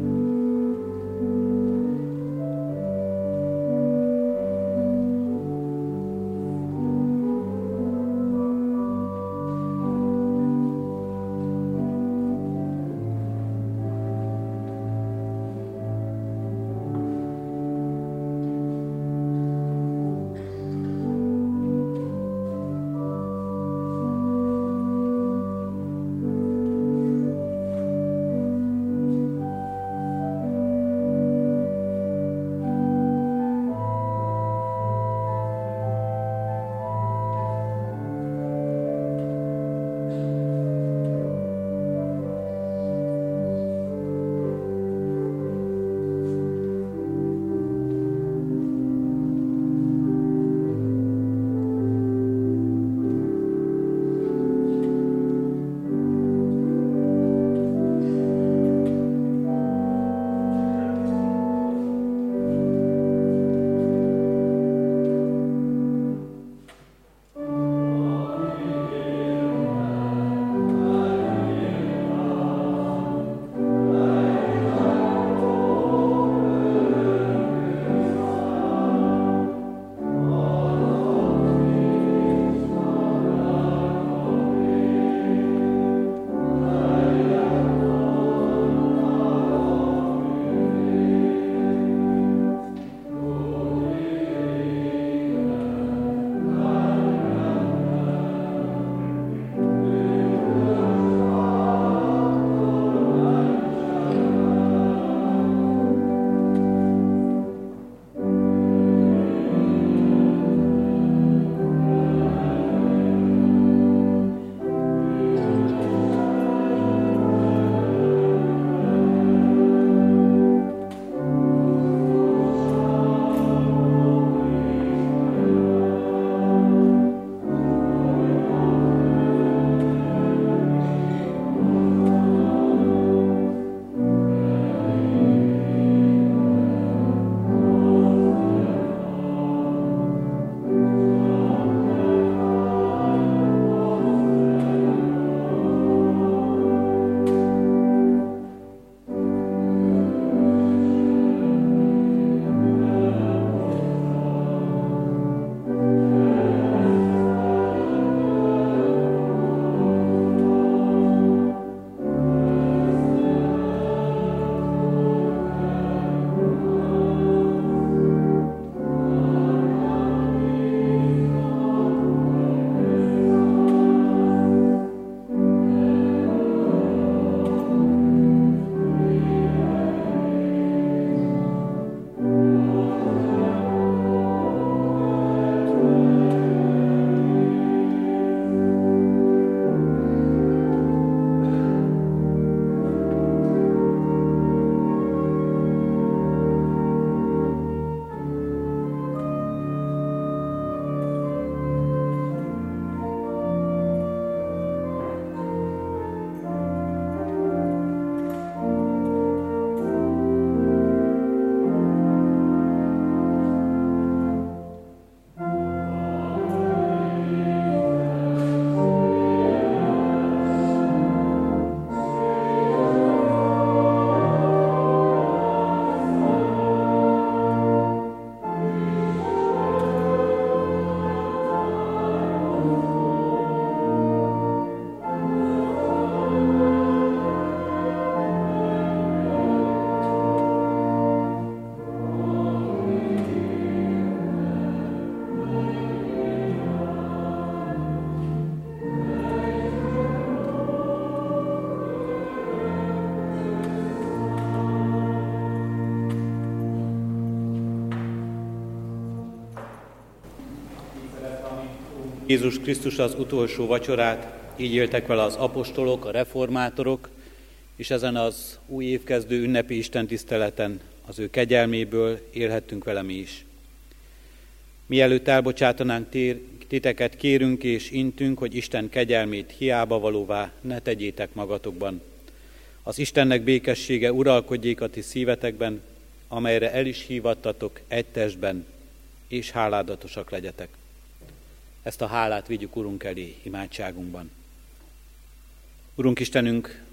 Jézus Krisztus az utolsó vacsorát, így éltek vele az apostolok, a reformátorok, és ezen az új évkezdő ünnepi istentiszteleten az ő kegyelméből élhettünk vele mi is. Mielőtt elbocsátanánk tér, titeket, kérünk és intünk, hogy Isten kegyelmét hiába valóvá ne tegyétek magatokban. Az Istennek békessége uralkodjék a ti szívetekben, amelyre el is hívattatok egy testben, és háládatosak legyetek. Ezt a hálát vigyük Urunk elé imádságunkban. Urunk Istenünk,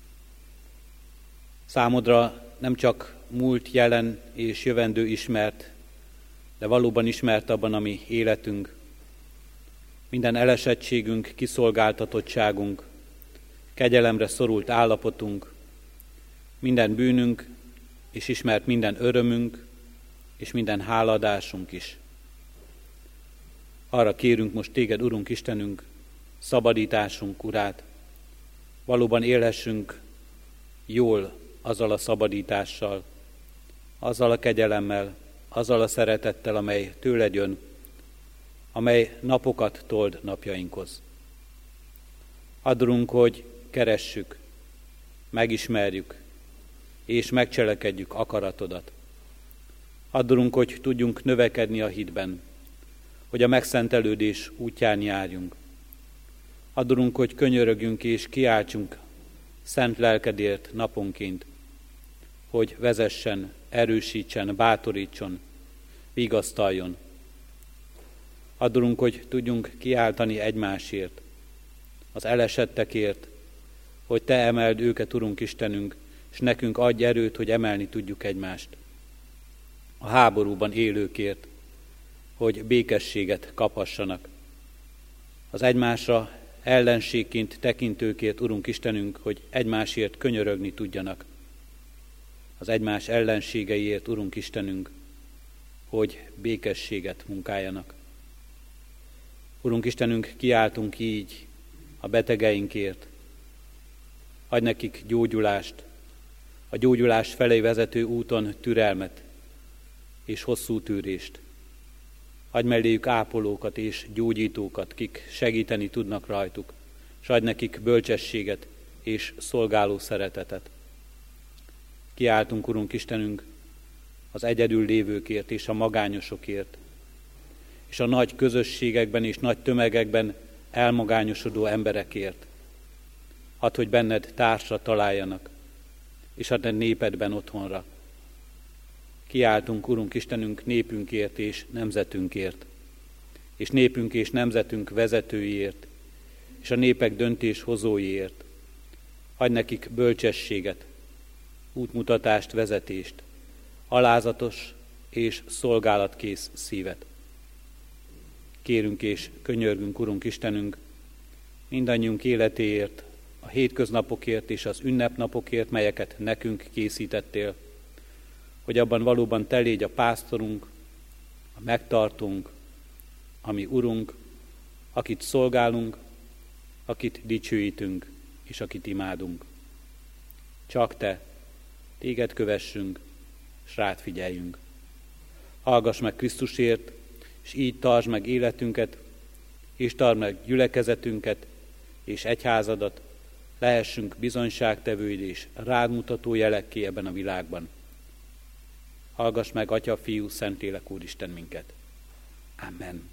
számodra nem csak múlt, jelen és jövendő ismert, de valóban ismert abban a mi életünk, minden elesettségünk, kiszolgáltatottságunk, kegyelemre szorult állapotunk, minden bűnünk, és ismert minden örömünk, és minden háladásunk is. Arra kérünk most téged, Urunk Istenünk, szabadításunk urát, valóban élhessünk jól azzal a szabadítással, azzal a kegyelemmel, azzal a szeretettel, amely tőled jön, amely napokat told napjainkhoz. Add, hogy keressük, megismerjük, és megcselekedjük akaratodat. Add, hogy tudjunk növekedni a hitben, hogy a megszentelődés útján járjunk. Add, hogy könyörögjünk és kiáltsunk szent lelkedért naponként, hogy vezessen, erősítsen, bátorítson, vigasztaljon. Add, hogy tudjunk kiáltani egymásért, az elesettekért, hogy te emeld őket, Urunk Istenünk, és nekünk adj erőt, hogy emelni tudjuk egymást. A háborúban élőkért, hogy békességet kaphassanak. Az egymásra ellenségként tekintőkért, Urunk Istenünk, hogy egymásért könyörögni tudjanak. Az egymás ellenségeiért, Urunk Istenünk, hogy békességet munkáljanak. Urunk Istenünk, kiáltunk így a betegeinkért. Adj nekik gyógyulást, a gyógyulás felé vezető úton türelmet és hosszú tűrést. Adj melléjük ápolókat és gyógyítókat, kik segíteni tudnak rajtuk, s adj nekik bölcsességet és szolgáló szeretetet. Kiáltunk, Urunk Istenünk, az egyedül lévőkért és a magányosokért, és a nagy közösségekben és nagy tömegekben elmagányosodó emberekért. Add, hogy benned társra találjanak, és add népedben otthonra. Kiáltunk, Urunk Istenünk, népünkért és nemzetünkért, és népünk és nemzetünk vezetőiért, és a népek döntéshozóiért. Adj nekik bölcsességet, útmutatást, vezetést, alázatos és szolgálatkész szívet. Kérünk és könyörgünk, Urunk Istenünk, mindannyiunk életéért, a hétköznapokért és az ünnepnapokért, melyeket nekünk készítettél, hogy abban valóban te légy a pásztorunk, a megtartunk, a mi Urunk, akit szolgálunk, akit dicsőítünk, és akit imádunk. Csak te, téged kövessünk, s rád figyeljünk. Hallgass meg Krisztusért, és így tartsd meg életünket, és tartsd meg gyülekezetünket, és egyházadat, lehessünk bizonyságtevőid és rád mutató jelekké ebben a világban. Hallgass meg, Atya, Fiú, Szentlélek, Úristen minket. Amen.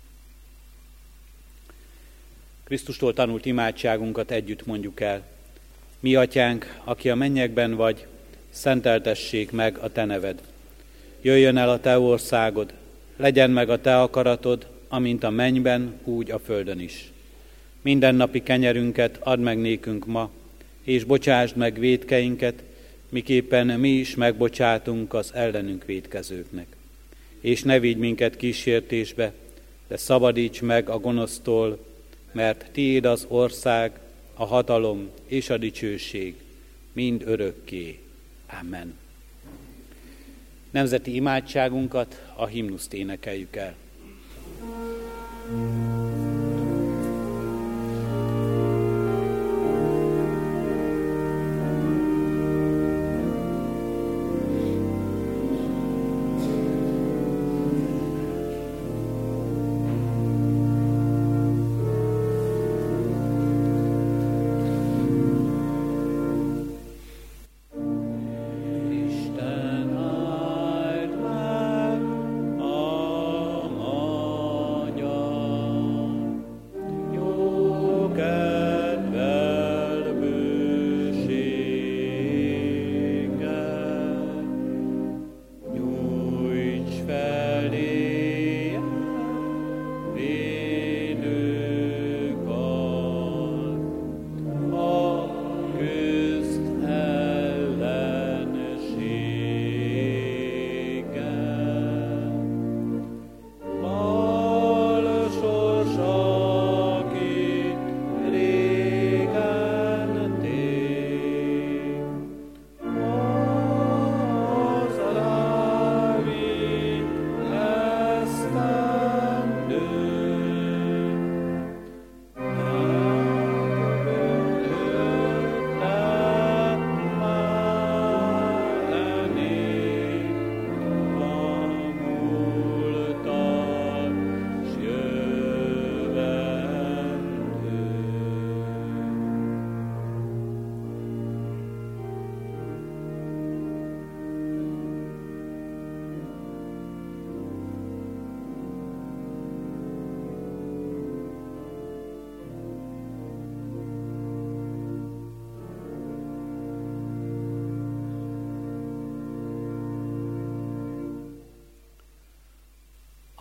Krisztustól tanult imádságunkat együtt mondjuk el. Mi, Atyánk, aki a mennyekben vagy, szenteltessék meg a te neved. Jöjjön el a te országod, legyen meg a te akaratod, amint a mennyben, úgy a földön is. Mindennapi kenyerünket add meg nékünk ma, és bocsásd meg vétkeinket, miképpen mi is megbocsátunk az ellenünk vétkezőknek. És ne vigy minket kísértésbe, de szabadíts meg a gonosztól, mert tiéd az ország, a hatalom és a dicsőség mind örökké. Amen. Nemzeti imádságunkat, a himnuszt énekeljük el.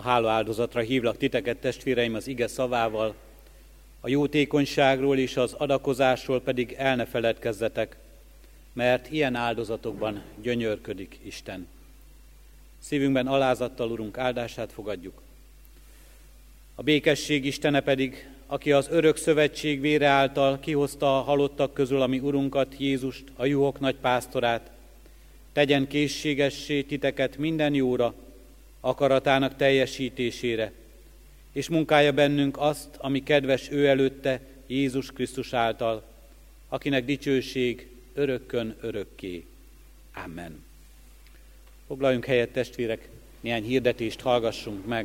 A hálaáldozatra hívlak titeket, testvéreim, az ige szavával, a jótékonyságról és az adakozásról pedig el ne feledkezzetek, mert ilyen áldozatokban gyönyörködik Isten. Szívünkben alázattal, Urunk, áldását fogadjuk. A békesség Istene pedig, aki az örök szövetség vére által kihozta a halottak közül a mi Urunkat, Jézust, a juhok nagy pásztorát, tegyen készségessé titeket minden jóra, akaratának teljesítésére, és munkálja bennünk azt, ami kedves ő előtte, Jézus Krisztus által, akinek dicsőség örökkön örökké. Amen. Foglaljunk helyet, testvérek, néhány hirdetést hallgassunk meg.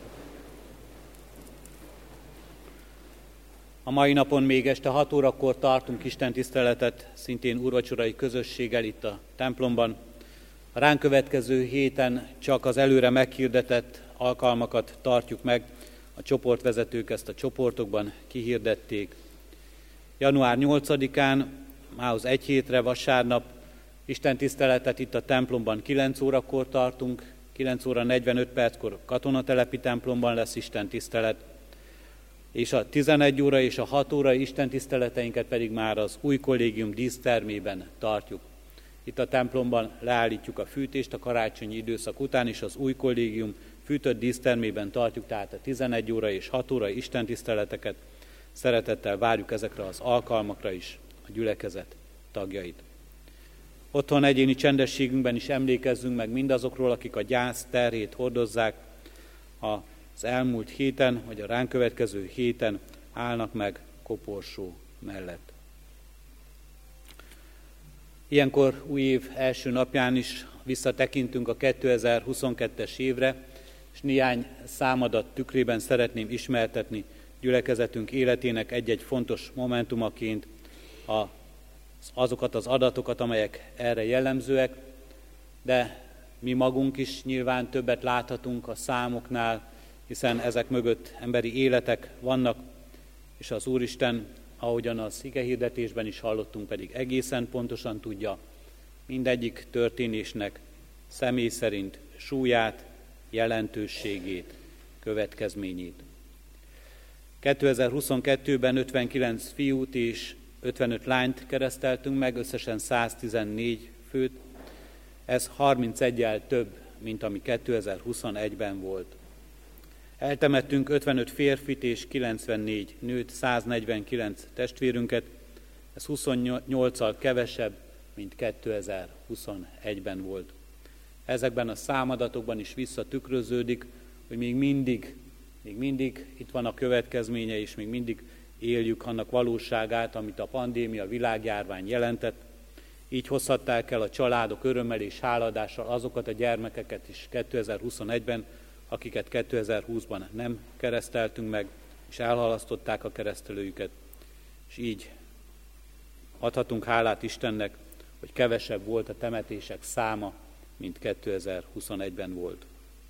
A mai napon még este hat órakor tartunk istentiszteletet, szintén úrvacsorai közösséggel itt a templomban. A ránk következő héten csak az előre meghirdetett alkalmakat tartjuk meg, a csoportvezetők ezt a csoportokban kihirdették. január nyolcadikán, mához egy hétre vasárnap istentiszteletet itt a templomban kilenc órakor tartunk, kilenc óra negyvenöt perckor katonatelepi templomban lesz istentisztelet, és a tizenegy óra és a hat órai istentiszteleteinket pedig már az új kollégium dísztermében tartjuk. Itt a templomban leállítjuk a fűtést a karácsonyi időszak után, és az új kollégium fűtött dísztermében tartjuk, tehát a tizenegy óra és hat órai istentiszteleteket. Szeretettel várjuk ezekre az alkalmakra is a gyülekezet tagjait. Otthon egyéni csendességünkben is emlékezzünk meg mindazokról, akik a gyász terhét hordozzák, az elmúlt héten, vagy a ránk következő héten állnak meg koporsó mellett. Ilyenkor új év első napján is visszatekintünk a kétezer-huszonkettes évre, és néhány számadat tükrében szeretném ismertetni gyülekezetünk életének egy-egy fontos momentumaként azokat az adatokat, amelyek erre jellemzőek, de mi magunk is nyilván többet láthatunk a számoknál, hiszen ezek mögött emberi életek vannak, és az Úristen, ahogyan az igehirdetésben is hallottunk, pedig egészen pontosan tudja mindegyik történésnek személy szerint súlyát, jelentőségét, következményét. kétezer-huszonkettőben ötvenkilenc fiút és ötvenöt lányt kereszteltünk meg, összesen száztizennégy főt. Ez harminceggyel több, mint ami kétezer-huszonegyben volt. Eltemettünk ötvenöt férfit és kilencvennégy nőt, száznegyvenkilenc testvérünket, ez huszonnyolccal kevesebb, mint kétezer-huszonegyben volt. Ezekben a számadatokban is visszatükröződik, hogy még mindig, még mindig itt van a következménye, és még mindig éljük annak valóságát, amit a pandémia, világjárvány jelentett. Így hozhatták el a családok örömmel és háladással azokat a gyermekeket is kétezer-huszonegyben, akiket kétezer-húszban nem kereszteltünk meg, és elhalasztották a keresztelőjüket. És így adhatunk hálát Istennek, hogy kevesebb volt a temetések száma, mint kétezer-huszonegyben volt.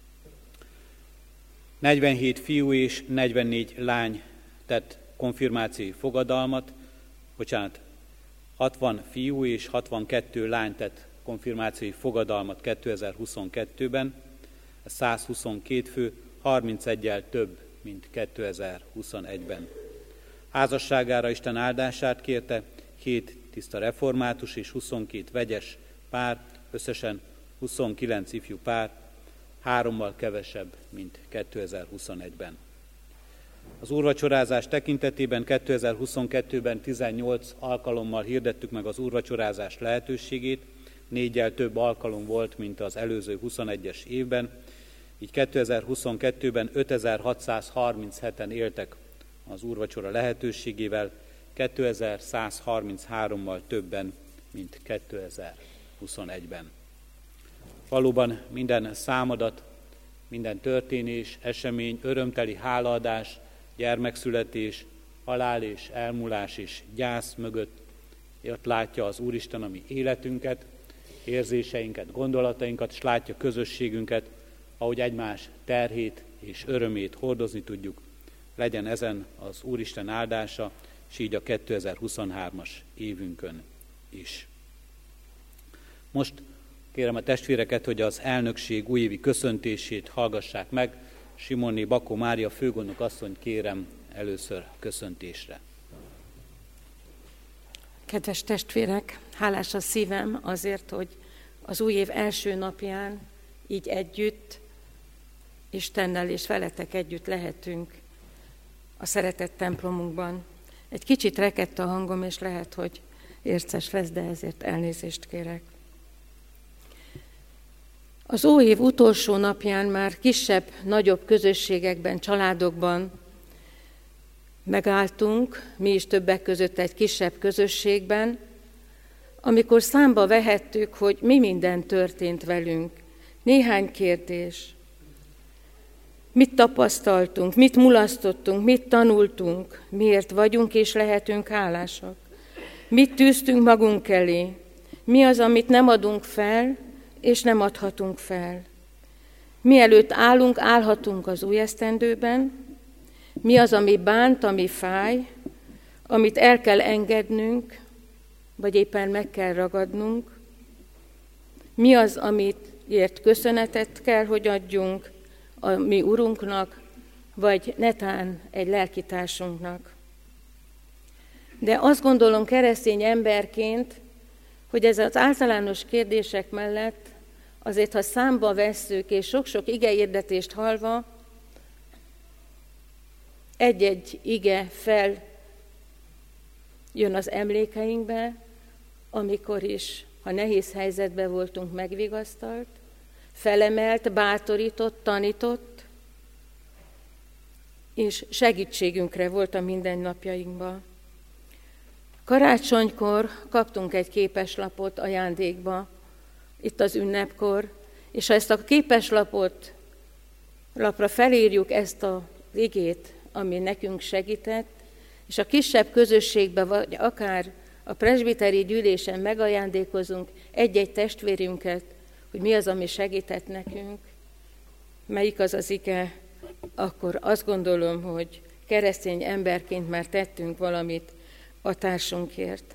negyvenhét fiú és negyvennégy lány tett konfirmációi fogadalmat, bocsánat, hatvan fiú és hatvankettő lány tett konfirmációi fogadalmat kétezer-huszonkettőben, ez százhuszonkét fő, harminceggyel több, mint kétezer-huszonegyben. Házasságára Isten áldását kérte hét tiszta református és huszonkét vegyes pár, összesen huszonkilenc ifjú pár, hárommal kevesebb, mint kétezer-huszonegyben. Az úrvacsorázás tekintetében kétezer-huszonkettőben tizennyolc alkalommal hirdettük meg az úrvacsorázás lehetőségét, négyel több alkalom volt, mint az előző huszonegyes évben, így kétezer-huszonkettőben ötezer-hatszázharmincheten éltek az úrvacsora lehetőségével, kétezer-százharminchárommal többen, mint kétezer-huszonegyben. Valóban minden számadat, minden történés, esemény, örömteli hálaadás, gyermekszületés, halál és elmúlás és gyász mögött ott látja az Úristen a mi életünket, érzéseinket, gondolatainkat, és látja közösségünket, ahogy egymás terhét és örömét hordozni tudjuk. Legyen ezen az Úristen áldása, és így a kétezer-huszonhármas évünkön is. Most kérem a testvéreket, hogy az elnökség újévi köszöntését hallgassák meg. Simoni Bakó Mária főgondnok asszonyt kérem először köszöntésre. Kedves testvérek, hálás a szívem azért, hogy az új év első napján így együtt, Istennel és veletek együtt lehetünk a szeretett templomunkban. Egy kicsit rekedt a hangom, és lehet, hogy érces lesz, de ezért elnézést kérek. Az új év utolsó napján már kisebb, nagyobb közösségekben, családokban megálltunk, mi is többek között egy kisebb közösségben, amikor számba vehettük, hogy mi minden történt velünk. Néhány kérdés. Mit tapasztaltunk, mit mulasztottunk, mit tanultunk, miért vagyunk és lehetünk hálásak. Mit tűztünk magunk elé, mi az, amit nem adunk fel, és nem adhatunk fel. Mielőtt állunk, állhatunk az új esztendőben, mi az, ami bánt, ami fáj, amit el kell engednünk, vagy éppen meg kell ragadnunk. Mi az, amitért köszönetet kell, hogy adjunk a mi Urunknak, vagy netán egy lelkitársunknak. De azt gondolom keresztény emberként, hogy ez az általános kérdések mellett azért, ha számba vesszük, és sok-sok igehirdetést hallva, egy-egy ige fel jön az emlékeinkbe, amikor is, ha nehéz helyzetben voltunk, megvigasztalt, felemelt, bátorított, tanított, és segítségünkre volt a mindennapjainkban. Karácsonykor kaptunk egy képeslapot ajándékba, itt az ünnepkor, és ha ezt a képeslapot lapra felírjuk ezt az igét, ami nekünk segített, és a kisebb közösségbe, vagy akár a presbiteri gyűlésen megajándékozunk egy-egy testvérünket, hogy mi az, ami segített nekünk, melyik az az ige, akkor azt gondolom, hogy keresztény emberként már tettünk valamit a társunkért.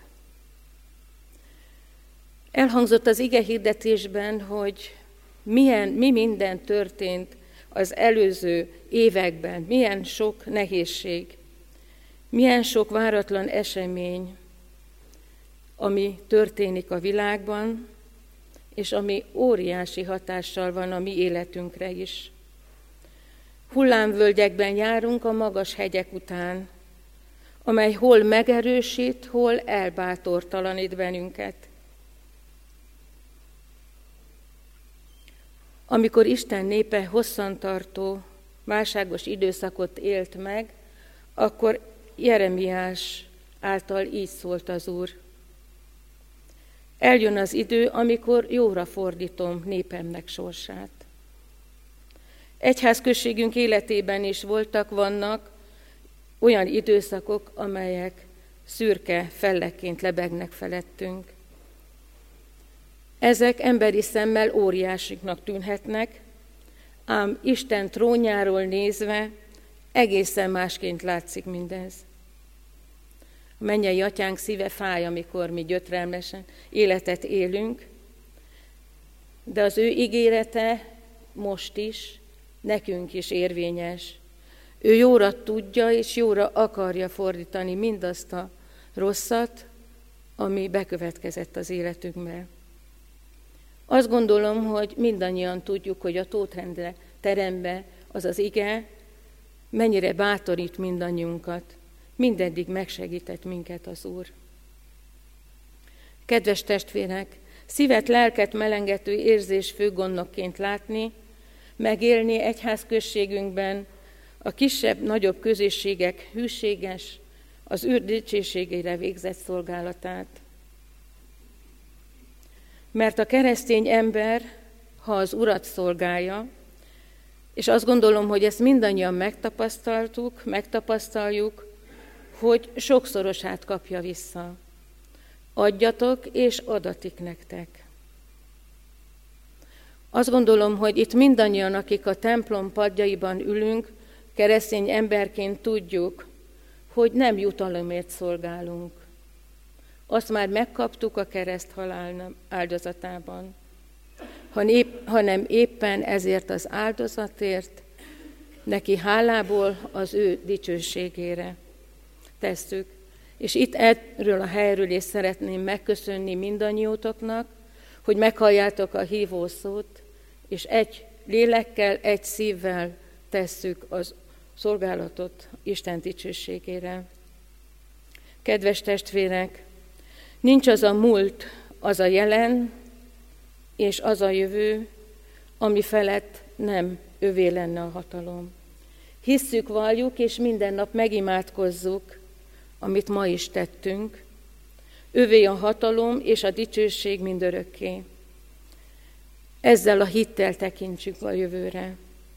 Elhangzott az ige hirdetésben, hogy milyen, mi minden történt az előző években, milyen sok nehézség, milyen sok váratlan esemény, ami történik a világban, és ami óriási hatással van a mi életünkre is. Hullámvölgyekben járunk a magas hegyek után, amely hol megerősít, hol elbátortalanít bennünket. Amikor Isten népe hosszantartó, válságos időszakot élt meg, akkor Jeremiás által így szólt az Úr. Eljön az idő, amikor jóra fordítom népemnek sorsát. Egyházközségünk életében is voltak, vannak olyan időszakok, amelyek szürke felleként lebegnek felettünk. Ezek emberi szemmel óriásiknak tűnhetnek, ám Isten trónjáról nézve egészen másként látszik mindez. A mennyei atyánk szíve fáj, amikor mi gyötrelmesen életet élünk, de az ő ígérete most is, nekünk is érvényes. Ő jóra tudja és jóra akarja fordítani mindazt a rosszat, ami bekövetkezett az életünkben. Azt gondolom, hogy mindannyian tudjuk, hogy a Tóth-rendre terembe az az ige mennyire bátorít mindannyiunkat. Mindeddig megsegített minket az Úr. Kedves testvérek, szívet, lelket melengető érzés főgondnokként látni, megélni egyházközségünkben a kisebb, nagyobb közösségek hűséges, az Úr dicsőségére végzett szolgálatát. Mert a keresztény ember, ha az Urat szolgálja, és azt gondolom, hogy ezt mindannyian megtapasztaltuk, megtapasztaljuk, hogy sokszorosát kapja vissza. Adjatok, és adatik nektek. Azt gondolom, hogy itt mindannyian, akik a templom padjaiban ülünk, keresztény emberként tudjuk, hogy nem jutalomért szolgálunk. Azt már megkaptuk a kereszthalál áldozatában, hanem éppen ezért az áldozatért neki hálából az ő dicsőségére tesszük. És itt erről a helyről is szeretném megköszönni mindannyiótoknak, hogy meghalljátok a hívószót, és egy lélekkel, egy szívvel tesszük az szolgálatot Isten dicsőségére. Kedves testvérek, nincs az a múlt, az a jelen, és az a jövő, ami felett nem övé lenne a hatalom. Hisszük, valljuk, és minden nap megimádkozzuk, amit ma is tettünk. Övé a hatalom és a dicsőség mindörökké. Ezzel a hittel tekintsük a jövőre.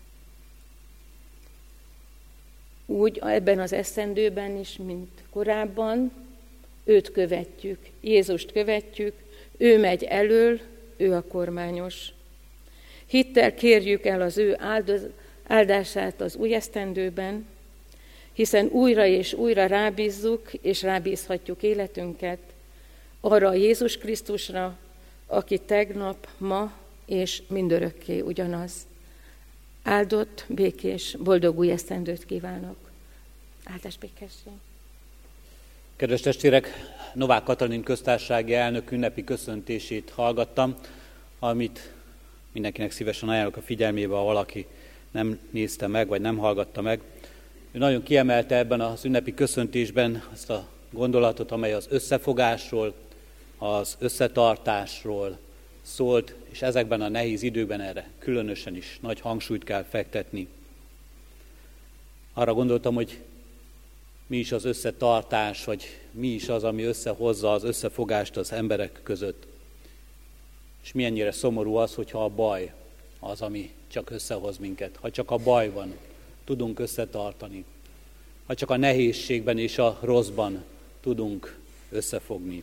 Úgy ebben az esztendőben is, mint korábban, őt követjük, Jézust követjük, ő megy elől, ő a kormányos. Hittel kérjük el az ő áldoz, áldását az új esztendőben, hiszen újra és újra rábízzuk, és rábízhatjuk életünket arra a Jézus Krisztusra, aki tegnap, ma és mindörökké ugyanaz. Áldott, békés, boldog új esztendőt kívánok. Áldás békesség! Kedves testvérek, Novák Katalin köztársasági elnök ünnepi köszöntését hallgattam, amit mindenkinek szívesen ajánlok a figyelmébe, ha valaki nem nézte meg, vagy nem hallgatta meg. Ő nagyon kiemelte ebben az ünnepi köszöntésben azt a gondolatot, amely az összefogásról, az összetartásról szólt, és ezekben a nehéz időkben erre különösen is nagy hangsúlyt kell fektetni. Arra gondoltam, hogy mi is az összetartás, vagy mi is az, ami összehozza az összefogást az emberek között. És milyennyire szomorú az, hogyha a baj az, ami csak összehoz minket. Ha csak a baj van, tudunk összetartani. Ha csak a nehézségben és a rosszban tudunk összefogni.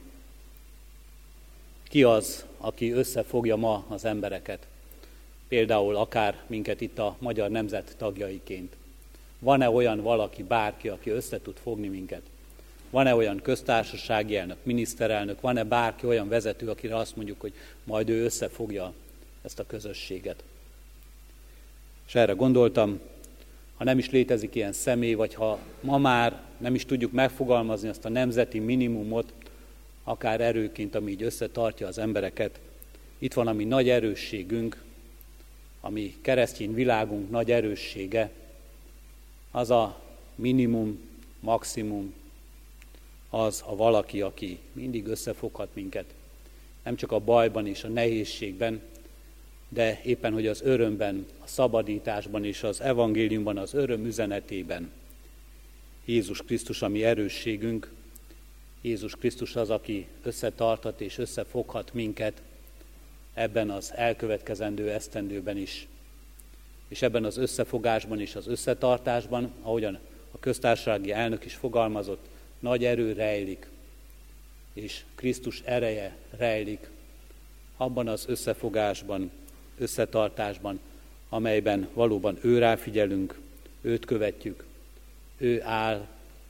Ki az, aki összefogja ma az embereket? Például akár minket itt a magyar nemzet tagjaiként. Van-e olyan valaki, bárki, aki össze tud fogni minket? Van-e olyan köztársasági elnök, miniszterelnök, van-e bárki olyan vezető, akire azt mondjuk, hogy majd ő összefogja ezt a közösséget? És erre gondoltam, ha nem is létezik ilyen személy, vagy ha ma már nem is tudjuk megfogalmazni azt a nemzeti minimumot, akár erőként, ami így összetartja az embereket, itt van a mi nagy erősségünk, a mi keresztény világunk nagy erőssége, az a minimum, maximum, az a valaki, aki mindig összefoghat minket. Nem csak a bajban és a nehézségben, de éppen, hogy az örömben, a szabadításban és az evangéliumban, az öröm üzenetében. Jézus Krisztus a mi erősségünk, Jézus Krisztus az, aki összetartat és összefoghat minket ebben az elkövetkezendő esztendőben is. És ebben az összefogásban és az összetartásban, ahogyan a köztársasági elnök is fogalmazott, nagy erő rejlik, és Krisztus ereje rejlik abban az összefogásban, összetartásban, amelyben valóban ő ráfigyelünk, őt követjük, ő áll,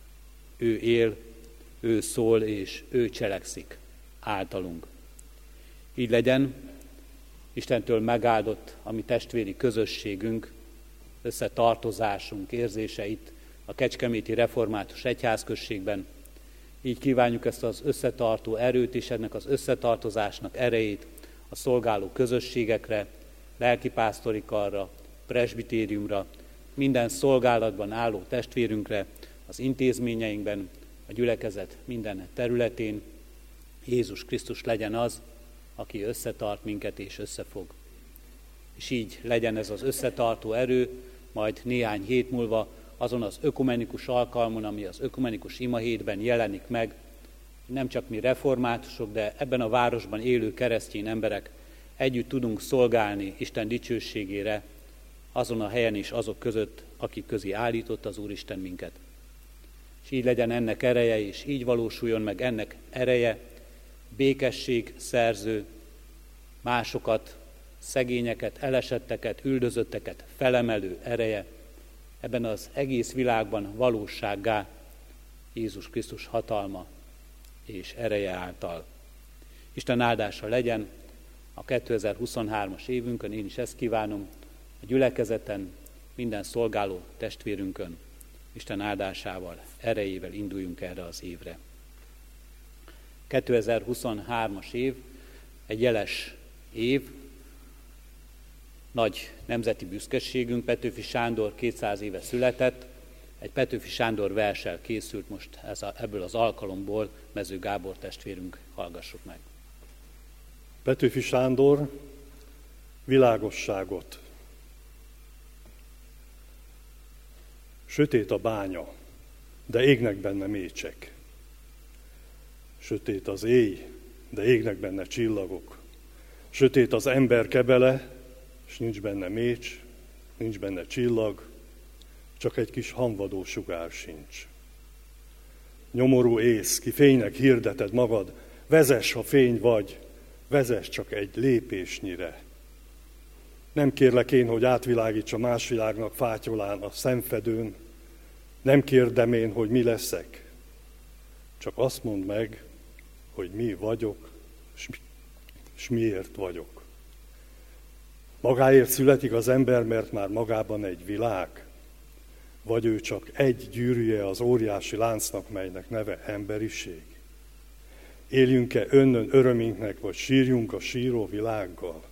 ő él, ő szól és ő cselekszik általunk. Így legyen, Istentől megáldott a mi testvéri közösségünk, összetartozásunk érzéseit a Kecskeméti Református Egyházközségben. Így kívánjuk ezt az összetartó erőt és ennek az összetartozásnak erejét a szolgáló közösségekre, lelkipásztori karra, presbitériumra, minden szolgálatban álló testvérünkre, az intézményeinkben, a gyülekezet minden területén. Jézus Krisztus legyen az, aki összetart minket és összefog. És így legyen ez az összetartó erő, majd néhány hét múlva azon az ökumenikus alkalmon, ami az ökumenikus imahétben jelenik meg, nem csak mi reformátusok, de ebben a városban élő keresztény emberek együtt tudunk szolgálni Isten dicsőségére azon a helyen és azok között, akik közé állított az Úristen minket. És így legyen ennek ereje, és így valósuljon meg ennek ereje, békesség szerző, másokat, szegényeket, elesetteket, üldözötteket felemelő ereje, ebben az egész világban valósággá Jézus Krisztus hatalma és ereje által. Isten áldása legyen a kétezer-huszonhármas évünkön, én is ezt kívánom, a gyülekezeten, minden szolgáló testvérünkön, Isten áldásával, erejével induljunk erre az évre. kétezer-huszonhármas év egy jeles év, nagy nemzeti büszkeségünk, Petőfi Sándor kétszáz éve született, egy Petőfi Sándor verssel készült most ez a, ebből az alkalomból, Mező Gábor testvérünk, hallgassuk meg. Petőfi Sándor világosságot. Sötét a bánya, de égnek benne mécsek. Sötét az éj, de égnek benne csillagok. Sötét az ember kebele, és nincs benne mécs, nincs benne csillag, csak egy kis hamvadó sugár sincs. Nyomorú ész, ki fénynek hirdeted magad, vezess, ha fény vagy, vezess csak egy lépésnyire. Nem kérlek én, hogy átvilágítsa más világnak fátyolán a szemfedőn, nem kérdem én, hogy mi leszek, csak azt mondd meg, hogy mi vagyok, és miért vagyok. Magáért születik az ember, mert már magában egy világ, vagy ő csak egy gyűrűje az óriási láncnak, melynek neve emberiség? Éljünk-e önnön örömünknek, vagy sírjunk a síró világgal?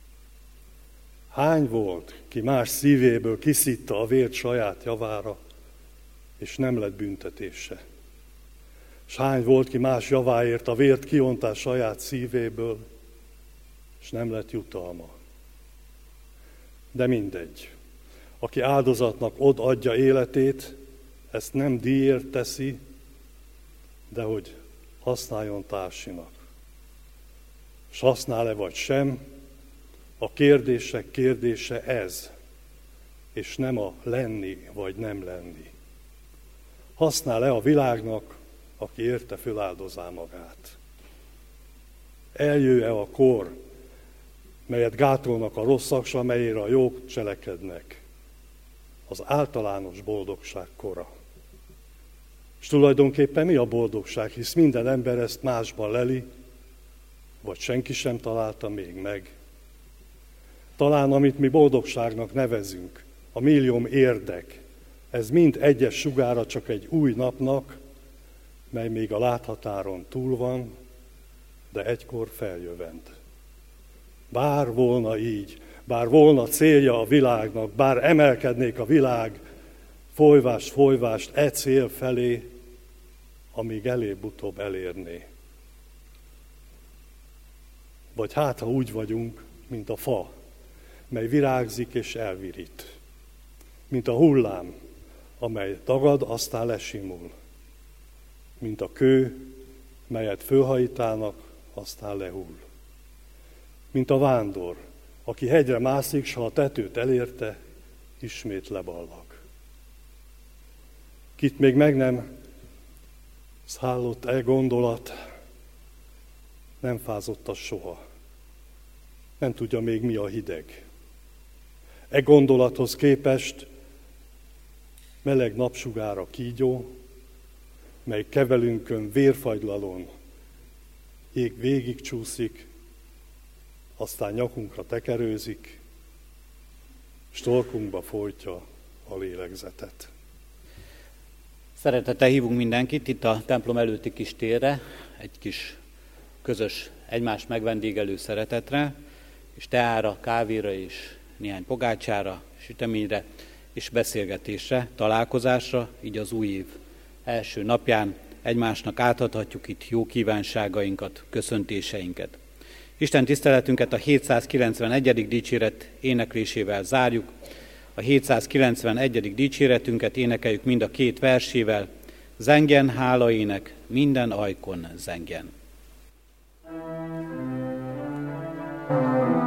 Hány volt, ki más szívéből kiszitta a vért saját javára, és nem lett büntetése? S hány volt, ki más javáért a vért kiontás saját szívéből, és nem lett jutalma? De mindegy. Aki áldozatnak odadja életét, ezt nem díjért teszi, de hogy használjon társinak. S használ-e vagy sem, a kérdések kérdése ez, és nem a lenni vagy nem lenni. Használ-e a világnak, aki érte föláldozá magát? Eljő-e a kor, melyet gátolnak a rosszak, s amelyére a jók cselekednek? Az általános boldogság kora. És tulajdonképpen mi a boldogság, hisz minden ember ezt másban leli, vagy senki sem találta még meg. Talán amit mi boldogságnak nevezünk, a millióm érdek, ez mind egyes sugára csak egy új napnak, mely még a láthatáron túl van, de egykor feljövend. Bár volna így, bár volna célja a világnak, bár emelkednék a világ folyvást, folyvást e cél felé, amíg elébb-utóbb elérné. Vagy hát, ha úgy vagyunk, mint a fa, mely virágzik és elvirít. Mint a hullám, amely dagad, aztán lesimul. Mint a kő, melyet fölhajtálnak, aztán lehull. Mint a vándor, aki hegyre mászik, s ha a tetőt elérte, ismét leballag. Kit még meg nem szállott e gondolat, nem fázott az soha. Nem tudja még, mi a hideg. E gondolathoz képest meleg napsugára kígyó, mely kevelünkön vérfagylalon ég végig csúszik, aztán nyakunkra tekerőzik, s torkunkba folytja a lélegzetet. Szeretettel hívunk mindenkit itt a templom előtti kis térre, egy kis közös egymást megvendégelő szeretetre, és teára, kávéra és néhány pogácsára, süteményre és beszélgetésre, találkozásra, így az új év első napján egymásnak átadhatjuk itt jó kívánságainkat, köszöntéseinket. Isten tiszteletünket a hétszázkilencvenegyedik dicséret éneklésével zárjuk. A hétszázkilencvenegyedik dicséretünket énekeljük mind a két versével. Zengjen hálaének, minden ajkon zengjen. Thank you.